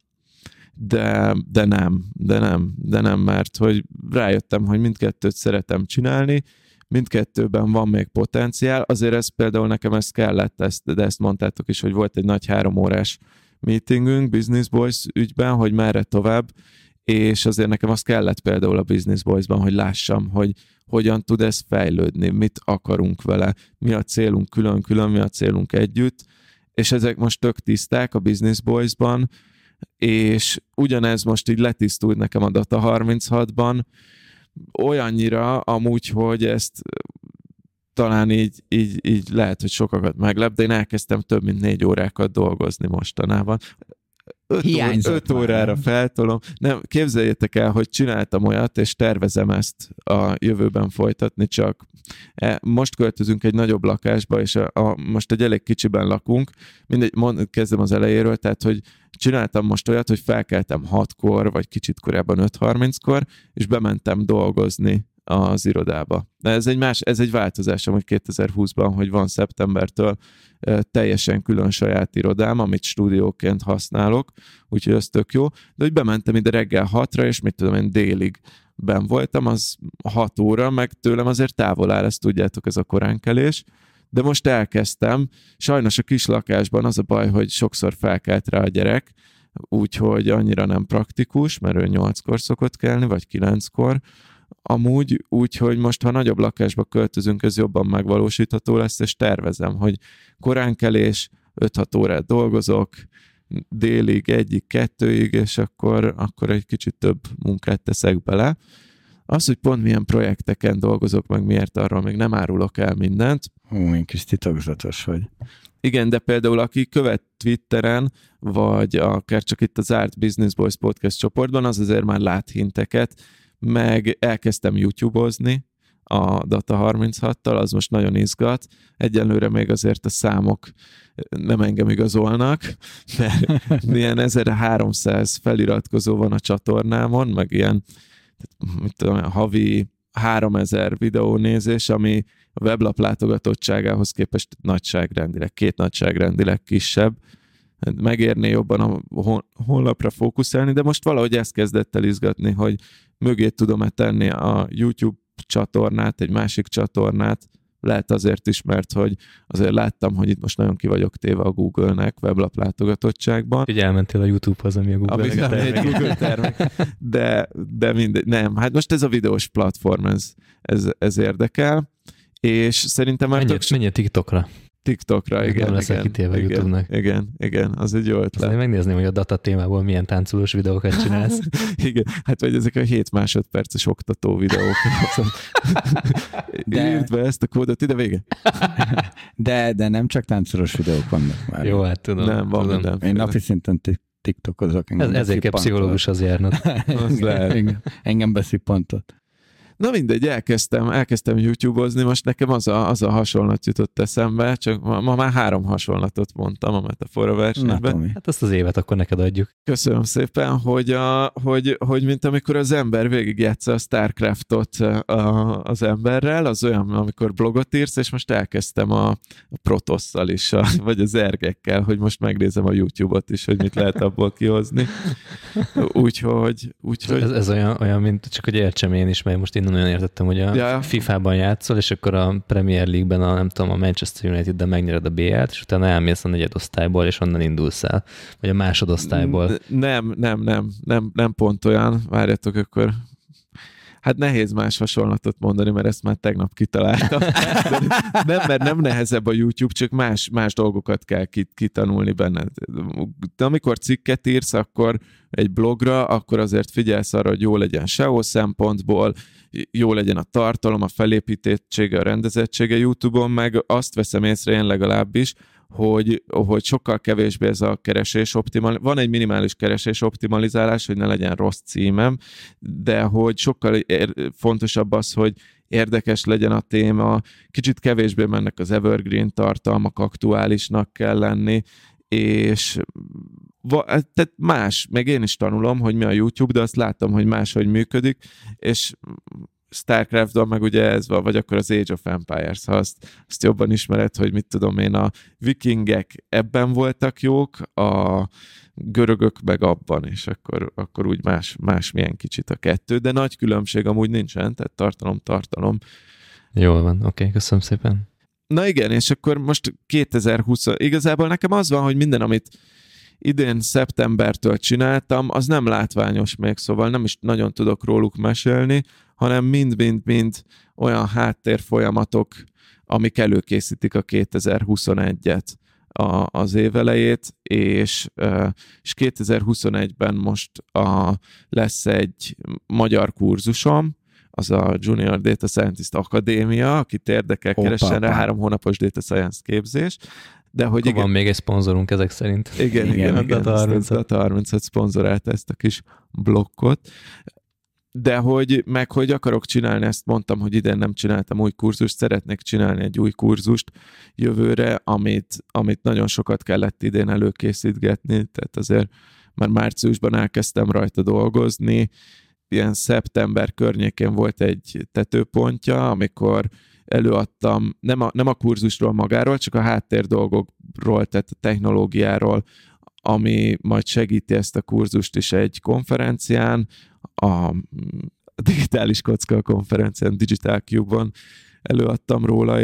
S1: de nem, mert hogy rájöttem, hogy mindkettőt szeretem csinálni, mindkettőben van még potenciál, azért ez például nekem ez kellett, de ezt mondtátok is, hogy volt egy nagy 3 órás meetingünk Business Boys ügyben, hogy merre tovább, és azért nekem az kellett például a Business Boys-ban, hogy lássam, hogy hogyan tud ez fejlődni, mit akarunk vele, mi a célunk külön-külön, mi a célunk együtt, és ezek most tök tiszták a Business Boys-ban, és ugyanez most így letisztult nekem a Data 36-ban, olyannyira amúgy, hogy ezt talán így lehet, hogy sokakat meglep, de én elkezdtem több mint 4 órákat dolgozni mostanában. 5 órára feltolom. Nem, képzeljétek el, hogy csináltam olyat, és tervezem ezt a jövőben folytatni, csak most költözünk egy nagyobb lakásba, és most egy elég kicsiben lakunk. Mindegy, kezdem az elejéről, tehát, hogy csináltam most olyat, hogy felkeltem 6-kor, vagy kicsit korábban 5:30-kor, és bementem dolgozni az irodába. De ez egy változás, amúgy 2020-ban, hogy van szeptembertől teljesen külön saját irodám, amit stúdióként használok, úgyhogy ez tök jó. De hogy bementem ide reggel 6-ra, és mit tudom én, délig benn voltam, az 6 óra, meg tőlem azért távol áll, ezt tudjátok, ez a koránkelés. De most elkezdtem. Sajnos a kis lakásban az a baj, hogy sokszor felkelt rá a gyerek, úgyhogy annyira nem praktikus, mert ő 8-kor szokott kelni, vagy 9-kor. Amúgy úgyhogy most, ha nagyobb lakásba költözünk, ez jobban megvalósítható lesz, és tervezem, hogy koránkelés, 5-6 órát dolgozok, délig, 1-2-ig, és akkor egy kicsit több munkát teszek bele. Az, hogy pont milyen projekteken dolgozok, meg miért, arról még nem árulok el mindent.
S2: Én kis titokzatos vagy.
S1: Igen, de például aki követ Twitteren, vagy akár csak itt az Art Business Boys podcast csoportban, az azért már lát hinteket, meg elkezdtem YouTube-ozni a Data 36-tal, az most nagyon izgat. Egyenlőre még azért a számok nem engem igazolnak, mert ilyen 1300 feliratkozó van a csatornámon, meg ilyen mit tudom, havi 3000 videónézés, ami a weblap látogatottságához képest nagyságrendileg, 2 nagyságrendileg kisebb. Megérné jobban a honlapra fókuszálni, de most valahogy ezt kezdett el izgatni, hogy mögé tudom-e tenni a YouTube csatornát, egy másik csatornát, lehet azért is, mert hogy azért láttam, hogy itt most nagyon ki vagyok téve a Google-nek weblap látogatottságban.
S3: Így elmentél a YouTube-hoz, ami a Google-nek
S1: egy Google termék. De mindegy, nem. Hát most ez a videós platform, ez érdekel, és szerintem már
S3: menj a TikTokra.
S1: TikTokra, igen.
S3: Nem leszel kitéve a YouTube-nak.
S1: Igen, az egy jó ötlet.
S3: Aztán megnézném, hogy a data témából milyen táncolós videókat csinálsz.
S1: Igen, hát vagy ezek a 7 másodperces oktató videók. Írd be ezt a kódot, ide vége.
S2: De nem csak táncolós videók vannak már.
S3: Jó, hát tudom.
S1: Nem, van
S3: tudom.
S1: minden.
S2: Én napi szinten TikTokozok.
S3: Ezért kell pszichológushoz járnod.
S2: Engem beszippantott.
S1: Na mindegy, elkezdtem YouTube-ozni, most nekem az a hasonlat jutott eszembe, csak ma már 3 hasonlatot mondtam a metafora versenyben.
S3: Hát azt az évet akkor neked adjuk.
S1: Köszönöm szépen, hogy mint amikor az ember végigjátsza a Starcraftot az emberrel, az olyan, amikor blogot írsz, és most elkezdtem a Protosszal is, vagy az ergekkel, hogy most megnézem a YouTube-ot is, hogy mit lehet abból kihozni. Úgyhogy...
S3: Ez olyan, mint csak hogy értsem én is, mert most innen nem nagyon értettem, hogy a FIFA-ban játszol, és akkor a Premier League-ben a Manchester United-de megnyered a BL-t, és utána elmész a negyedosztályból, és onnan indulsz el. Vagy a másodosztályból.
S1: Nem pont olyan. Várjatok, akkor hát nehéz más hasonlatot mondani, mert ezt már tegnap kitaláltam. Mert nem nehezebb a YouTube, csak más dolgokat kell kitanulni benne. De amikor cikket írsz, akkor egy blogra, akkor azért figyelsz arra, hogy jó legyen SEO szempontból, jó legyen a tartalom, a felépítettsége, a rendezettsége YouTube-on, meg azt veszem észre én legalábbis, hogy sokkal kevésbé ez a keresés van egy minimális keresés optimalizálás, hogy ne legyen rossz címem, de hogy sokkal fontosabb az, hogy érdekes legyen a téma, kicsit kevésbé mennek az evergreen tartalmak, aktuálisnak kell lenni, és tehát más, meg én is tanulom, hogy mi a YouTube, de azt látom, hogy máshogy működik, és Starcraftban meg ugye ez van, vagy akkor az Age of Empires, ha azt jobban ismered, hogy mit tudom én, a vikingek ebben voltak jók, a görögök meg abban, és akkor úgy más milyen kicsit a kettő, de nagy különbség amúgy nincsen, tehát tartalom.
S3: Jól van, oké, köszönöm szépen.
S1: Na igen, és akkor most 2020, igazából nekem az van, hogy minden, amit idén szeptembertől csináltam, az nem látványos még, szóval nem is nagyon tudok róluk mesélni, hanem mind olyan háttérfolyamatok, amik előkészítik a 2021-et az év elejét, és 2021-ben most lesz egy magyar kurzusom, az a Junior Data Scientist Akadémia, akit érdekel, keressen rá 3 hónapos Data Science képzés. De hogy igen,
S3: van még egy szponzorunk ezek szerint.
S1: Igen, a Data 35 szponzorálta ezt a kis blokkot. De hogy akarok csinálni, ezt mondtam, hogy idén nem csináltam új kurzust, szeretnék csinálni egy új kurzust jövőre, amit nagyon sokat kellett idén előkészítgetni, tehát azért már márciusban elkezdtem rajta dolgozni, ilyen szeptember környékén volt egy tetőpontja, amikor előadtam, nem a kurzusról magáról, csak a háttér dolgokról, tehát a technológiáról, ami majd segíti ezt a kurzust is egy konferencián, a Digitális Kocka konferencián, Digital Cube-on előadtam róla,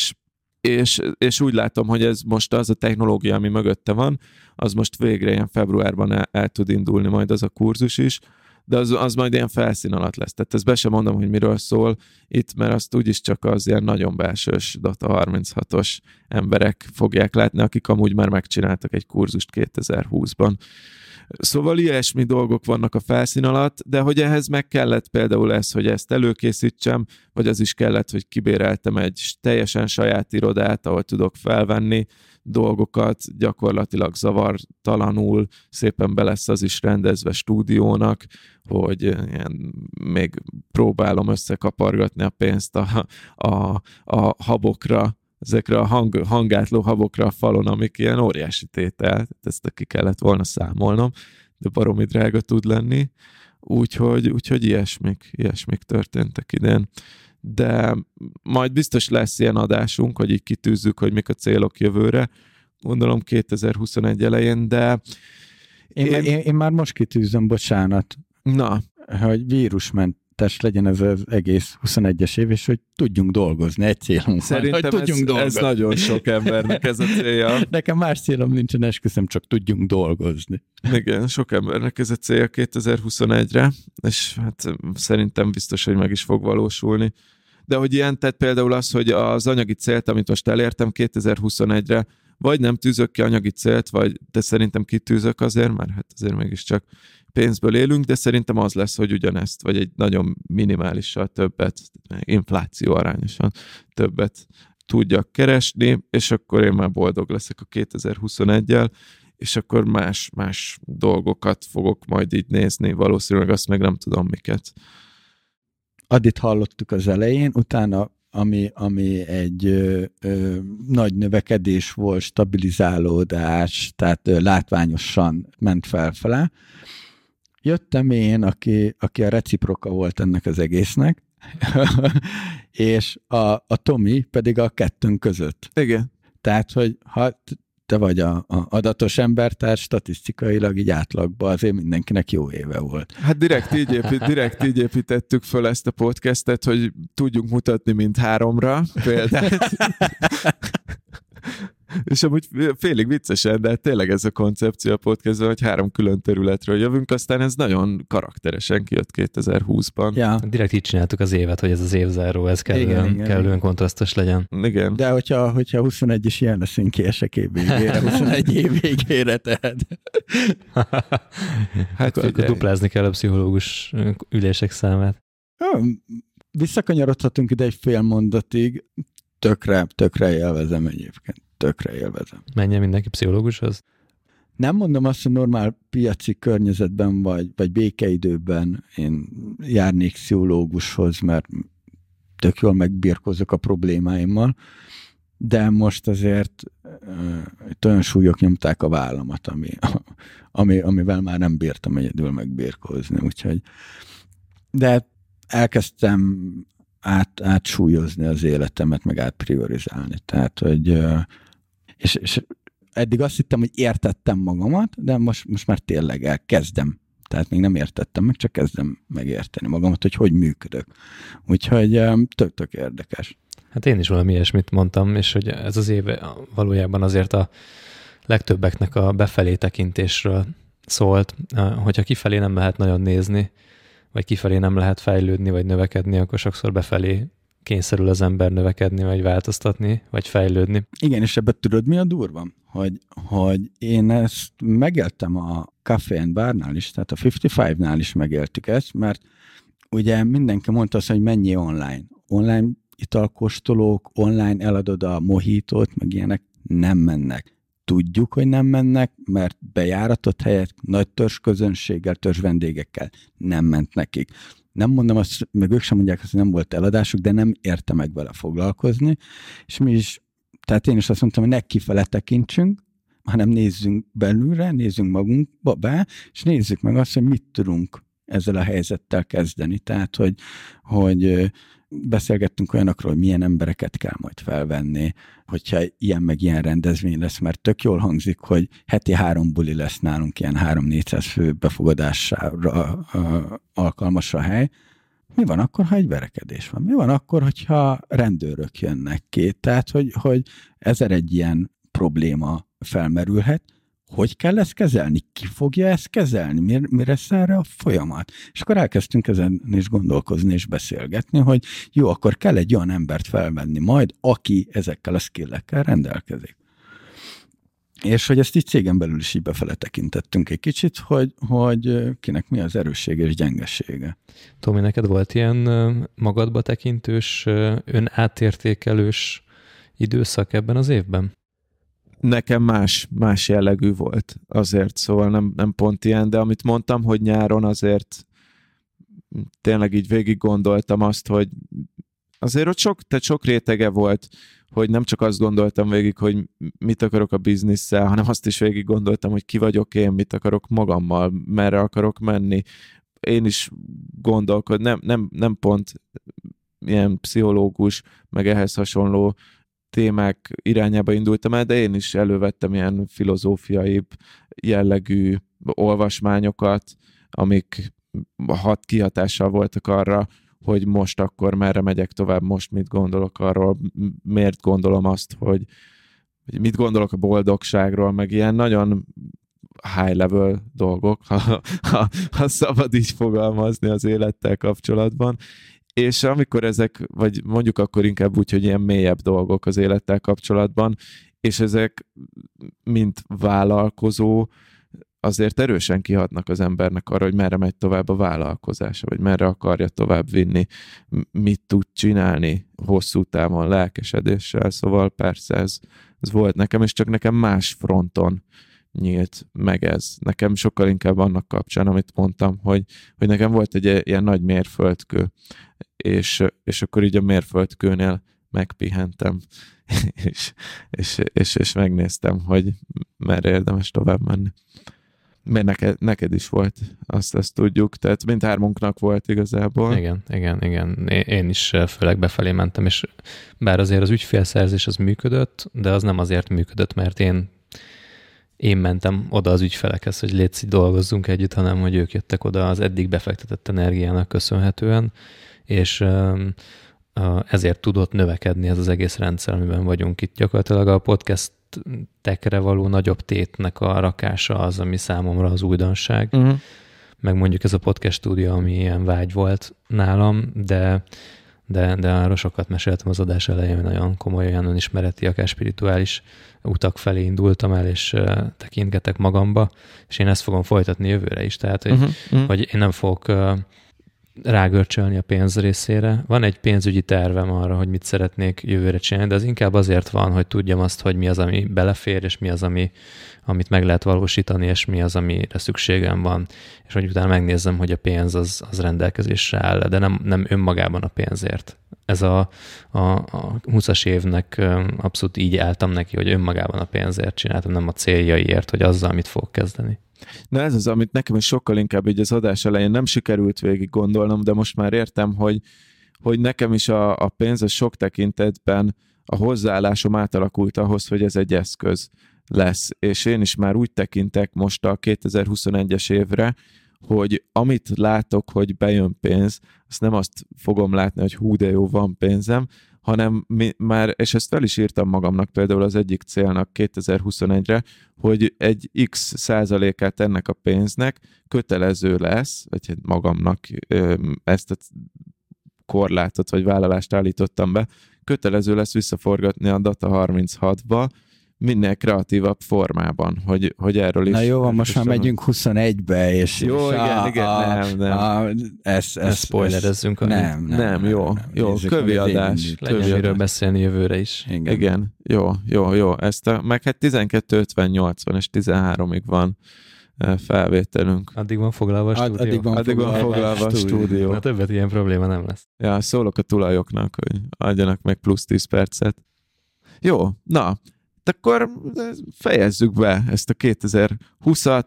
S1: és úgy látom, hogy ez most az a technológia, ami mögötte van, az most végre ilyen februárban el tud indulni majd az a kurzus is, de az majd ilyen felszín alatt lesz. Tehát ezt be sem mondom, hogy miről szól itt, mert azt úgyis csak az ilyen nagyon belsős Data 36-os emberek fogják látni, akik amúgy már megcsináltak egy kurzust 2020-ban. Szóval ilyesmi dolgok vannak a felszín alatt, de hogy ehhez meg kellett például ez, hogy ezt előkészítsem, vagy az is kellett, hogy kibéreltem egy teljesen saját irodát, ahol tudok felvenni dolgokat, gyakorlatilag zavartalanul, szépen be lesz az is rendezve stúdiónak, hogy ilyen, még próbálom összekapargatni a pénzt a habokra, ezekre a hangátló habokra a falon, amik ilyen óriási tétel, ezt ki kellett volna számolnom, de baromi drága tud lenni, úgyhogy ilyesmik történtek idén. De majd biztos lesz ilyen adásunk, hogy így kitűzzük, hogy mik a célok jövőre, gondolom 2021 elején, de...
S2: Én már most kitűzöm, bocsánat.
S1: Na.
S2: Hogy vírusmentes legyen ez az egész 21-es év, és hogy tudjunk dolgozni. Egy célunk
S1: szerintem
S2: van, hogy tudjunk dolgozni.
S1: Ez nagyon sok embernek ez a célja.
S2: Nekem más célom nincsen, esküszöm, csak tudjunk dolgozni.
S1: Igen, sok embernek ez a célja 2021-re, és hát szerintem biztos, hogy meg is fog valósulni. De hogy ilyen, tehát például az, hogy az anyagi célt, amit most elértem 2021-re, vagy nem tűzök ki anyagi célt, de szerintem kitűzök azért, mert hát azért mégiscsak pénzből élünk, de szerintem az lesz, hogy ugyanezt, vagy egy nagyon minimálissal többet, infláció arányosan többet tudjak keresni, és akkor én már boldog leszek a 2021-jel, és akkor más dolgokat fogok majd így nézni, valószínűleg azt meg nem tudom miket.
S2: Addit hallottuk az elején, utána ami egy nagy növekedés volt, stabilizálódás, tehát látványosan ment felfele. Jöttem én, aki a reciproka volt ennek az egésznek, és a Tomi pedig a kettőnk között.
S1: Igen.
S2: Tehát, hogy ha te vagy a adatos ember, tehát statisztikailag így átlagban azért mindenkinek jó éve volt.
S1: Hát direkt így építettük föl ezt a podcastet, hogy tudjunk mutatni mint 3-ra példát. És amúgy félig viccesen, de tényleg ez a koncepció a podcastban, hogy 3 külön területről jövünk, aztán ez nagyon karakteresen kijött 2020-ban.
S2: Ja.
S3: Direkt így csináltuk az évet, hogy ez az évzáró, ez kellően kontrasztos legyen.
S1: Igen.
S2: De hogyha 21 is ilyen lesz, kiesek év végére, 21 év végére, tehát.
S3: Hát akkor duplázni kell a pszichológus ülések számát.
S2: Visszakanyarodhatunk ide egy fél mondatig, tökre élvezem egyébként. Tökre élvezem.
S3: Menjen mindenki pszichológushoz?
S2: Nem mondom azt, hogy normál piaci környezetben vagy békeidőben én járnék pszichológushoz, mert tök jól megbirkózok a problémáimmal, de most azért olyan súlyok nyomták a vállamat, amivel már nem bírtam egyedül megbirkózni. Úgyhogy, de elkezdtem átsúlyozni az életemet, meg átpriorizálni. Tehát, hogy és eddig azt hittem, hogy értettem magamat, de most már tényleg elkezdem. Tehát még nem értettem meg, csak kezdem megérteni magamat, hogy működök. Úgyhogy tök érdekes.
S3: Hát én is valami ilyesmit mondtam, és hogy ez az év valójában azért a legtöbbeknek a befelé tekintésről szólt, hogyha kifelé nem lehet nagyon nézni, vagy kifelé nem lehet fejlődni, vagy növekedni, akkor sokszor befelé kényszerül az ember növekedni, vagy változtatni, vagy fejlődni.
S2: Igen, és ebben tudod, mi a durva? Hogy én ezt megéltem a Café and Barnál is, tehát a 55-nál is megéltük ezt, mert ugye mindenki mondta azt, hogy mennyi online. Online italkóstolók, online eladod a mojitót, meg ilyenek nem mennek. Tudjuk, hogy nem mennek, mert bejáratott helyet nagy törzsközönséggel, törzsvendégekkel nem ment nekik. Nem mondom azt, meg ők sem mondják azt, hogy nem volt eladásuk, de nem érte meg vele foglalkozni, és mi is, tehát én is azt mondtam, hogy ne kifele tekintsünk, hanem nézzünk belülre, nézzünk magunkba be, és nézzük meg azt, hogy mit tudunk ezzel a helyzettel kezdeni. Tehát, hogy beszélgettünk olyanokról, hogy milyen embereket kell majd felvenni, hogyha ilyen meg ilyen rendezvény lesz, mert tök jól hangzik, hogy heti 3 buli lesz nálunk, ilyen 300-400 fő befogadására alkalmas a hely. Mi van akkor, ha egy verekedés van? Mi van akkor, hogyha rendőrök jönnek ki? Tehát, hogy 1001 ilyen probléma felmerülhet, hogy kell ezt kezelni? Ki fogja ezt kezelni? Mire száll erre a folyamat? És akkor elkezdtünk ezen is gondolkozni és beszélgetni, hogy jó, akkor kell egy olyan embert felvenni majd, aki ezekkel a skillekkel rendelkezik. És hogy ezt így cégen belül is így befele tekintettünk egy kicsit, hogy kinek mi az erőssége és gyengesége.
S3: Tomi, neked volt ilyen magadba tekintős, önátértékelős időszak ebben az évben?
S1: Nekem más jellegű volt azért, szóval nem pont ilyen, de amit mondtam, hogy nyáron azért tényleg így végig gondoltam azt, hogy azért ott sok rétege volt, hogy nem csak azt gondoltam végig, hogy mit akarok a bizniszsel, hanem azt is végig gondoltam, hogy ki vagyok én, mit akarok magammal, merre akarok menni. Én is gondolkodom, nem pont ilyen pszichológus, meg ehhez hasonló témák irányába indultam el, de én is elővettem ilyen filozófiai jellegű olvasmányokat, amik kihatással voltak arra, hogy most akkor merre megyek tovább, most mit gondolok arról, miért gondolom azt, hogy mit gondolok a boldogságról, meg ilyen nagyon high level dolgok, ha szabad így fogalmazni az élettel kapcsolatban. És amikor ezek, vagy mondjuk akkor inkább úgy, hogy ilyen mélyebb dolgok az élettel kapcsolatban, és ezek mint vállalkozó azért erősen kihatnak az embernek arra, hogy merre megy tovább a vállalkozása, vagy merre akarja tovább vinni, mit tud csinálni hosszú távon lelkesedéssel. Szóval persze ez volt nekem, és csak nekem más fronton nyílt meg ez. Nekem sokkal inkább annak kapcsán, amit mondtam, hogy nekem volt egy ilyen nagy mérföldkő, és akkor így a mérföldkőnél megpihentem, és megnéztem, hogy merre érdemes tovább menni. Mert neked is volt, azt tudjuk, tehát mindhármunknak volt igazából.
S3: Igen. Én is főleg befelé mentem, és bár azért az ügyfélszerzés az működött, de az nem azért működött, mert én én mentem oda az ügyfelekhez, hogy létszik, dolgozzunk együtt, hanem hogy ők jöttek oda az eddig befektetett energiának köszönhetően, és ezért tudott növekedni ez az egész rendszer, amiben vagyunk itt. Gyakorlatilag a podcastekre való nagyobb tétnek a rakása az, ami számomra az újdonság. Meg mondjuk ez a podcast stúdió, ami ilyen vágy volt nálam, de arról sokat meséltem az adás elején, hogy nagyon komoly, olyan önismereti, akár spirituális utak felé indultam el, és tekintgetek magamba, és én ezt fogom folytatni jövőre is. Tehát, hogy én nem fogok rágörcsölni a pénz részére. Van egy pénzügyi tervem arra, hogy mit szeretnék jövőre csinálni, de az inkább azért van, hogy tudjam azt, hogy mi az, ami belefér, és mi az, amit meg lehet valósítani, és mi az, amire szükségem van, és hogy utána megnézzem, hogy a pénz az rendelkezésre áll, de nem önmagában a pénzért. Ez a 20-as évnek abszolút így álltam neki, hogy önmagában a pénzért csináltam, nem a céljaiért, hogy azzal mit fogok kezdeni.
S1: Na ez az, amit nekem is sokkal inkább így az adás elején nem sikerült végig gondolnom, de most már értem, hogy nekem is a pénz az sok tekintetben a hozzáállásom átalakult ahhoz, hogy ez egy eszköz lesz. És én is már úgy tekintek most a 2021-es évre, hogy amit látok, hogy bejön pénz, azt nem azt fogom látni, hogy hú, de jó, van pénzem, hanem már, és ezt fel is írtam magamnak például az egyik célnak 2021-re, hogy egy x százalékát ennek a pénznek kötelező lesz, vagy magamnak ezt a korlátot vagy vállalást állítottam be, kötelező lesz visszaforgatni a Data 36-ba, minél kreatívabb formában, hogy erről is...
S2: Na jó, most már megyünk 21-be, és...
S1: Jó, igen, nem.
S3: Ezt spoilerezzünk.
S1: Nem, jó, kövi adás.
S3: Legyen miről beszélni jövőre is.
S1: Igen, jó. Meg hát 12:58 van, és 13-ig van felvételünk.
S3: Addig van foglalva a stúdió?
S1: Addig van foglalva a stúdió.
S3: Na többet ilyen probléma nem lesz.
S1: Ja, szólok a tulajoknak, hogy adjanak meg plusz 10 percet. Jó, na, akkor fejezzük be ezt a 2020-at.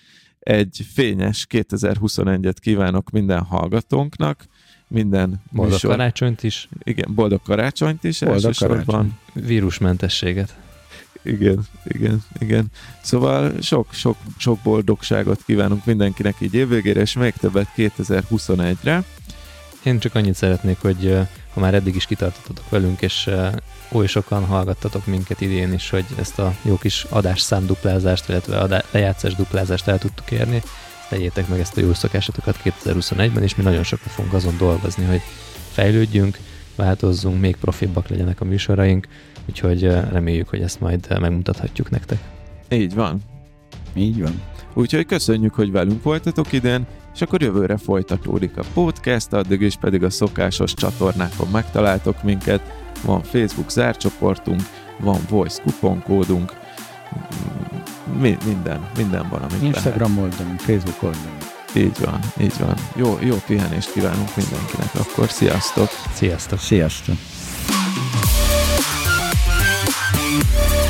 S1: Egy fényes 2021-et kívánok minden hallgatónknak, minden
S3: boldog karácsonyt is.
S1: Igen, boldog karácsonyt is.
S2: Boldog karácsony.
S3: Vírusmentességet.
S1: Igen. Szóval sok boldogságot kívánunk mindenkinek így évvégére, és még többet 2021-re.
S3: Én csak annyit szeretnék, hogy ha már eddig is kitartottatok velünk, és oly sokan hallgattatok minket idén is, hogy ezt a jó kis adásszám duplázást, illetve lejátszás duplázást el tudtuk érni, tegyétek meg ezt a jó szokásatokat 2021-ben, és mi nagyon sokat fogunk azon dolgozni, hogy fejlődjünk, változzunk, még profibbak legyenek a műsoraink, úgyhogy reméljük, hogy ezt majd megmutathatjuk nektek.
S1: Így van. Úgyhogy köszönjük, hogy velünk voltatok idén, és akkor jövőre folytatódik a podcast, addig is pedig a szokásos csatornákon megtaláltok minket, van Facebook zárcsoportunk, van Voice kuponkódunk, minden van, amit
S2: Instagram oldalunk, Facebook oldalunk.
S1: Így van. Jó pihenést kívánunk mindenkinek, akkor sziasztok!
S3: Sziasztok!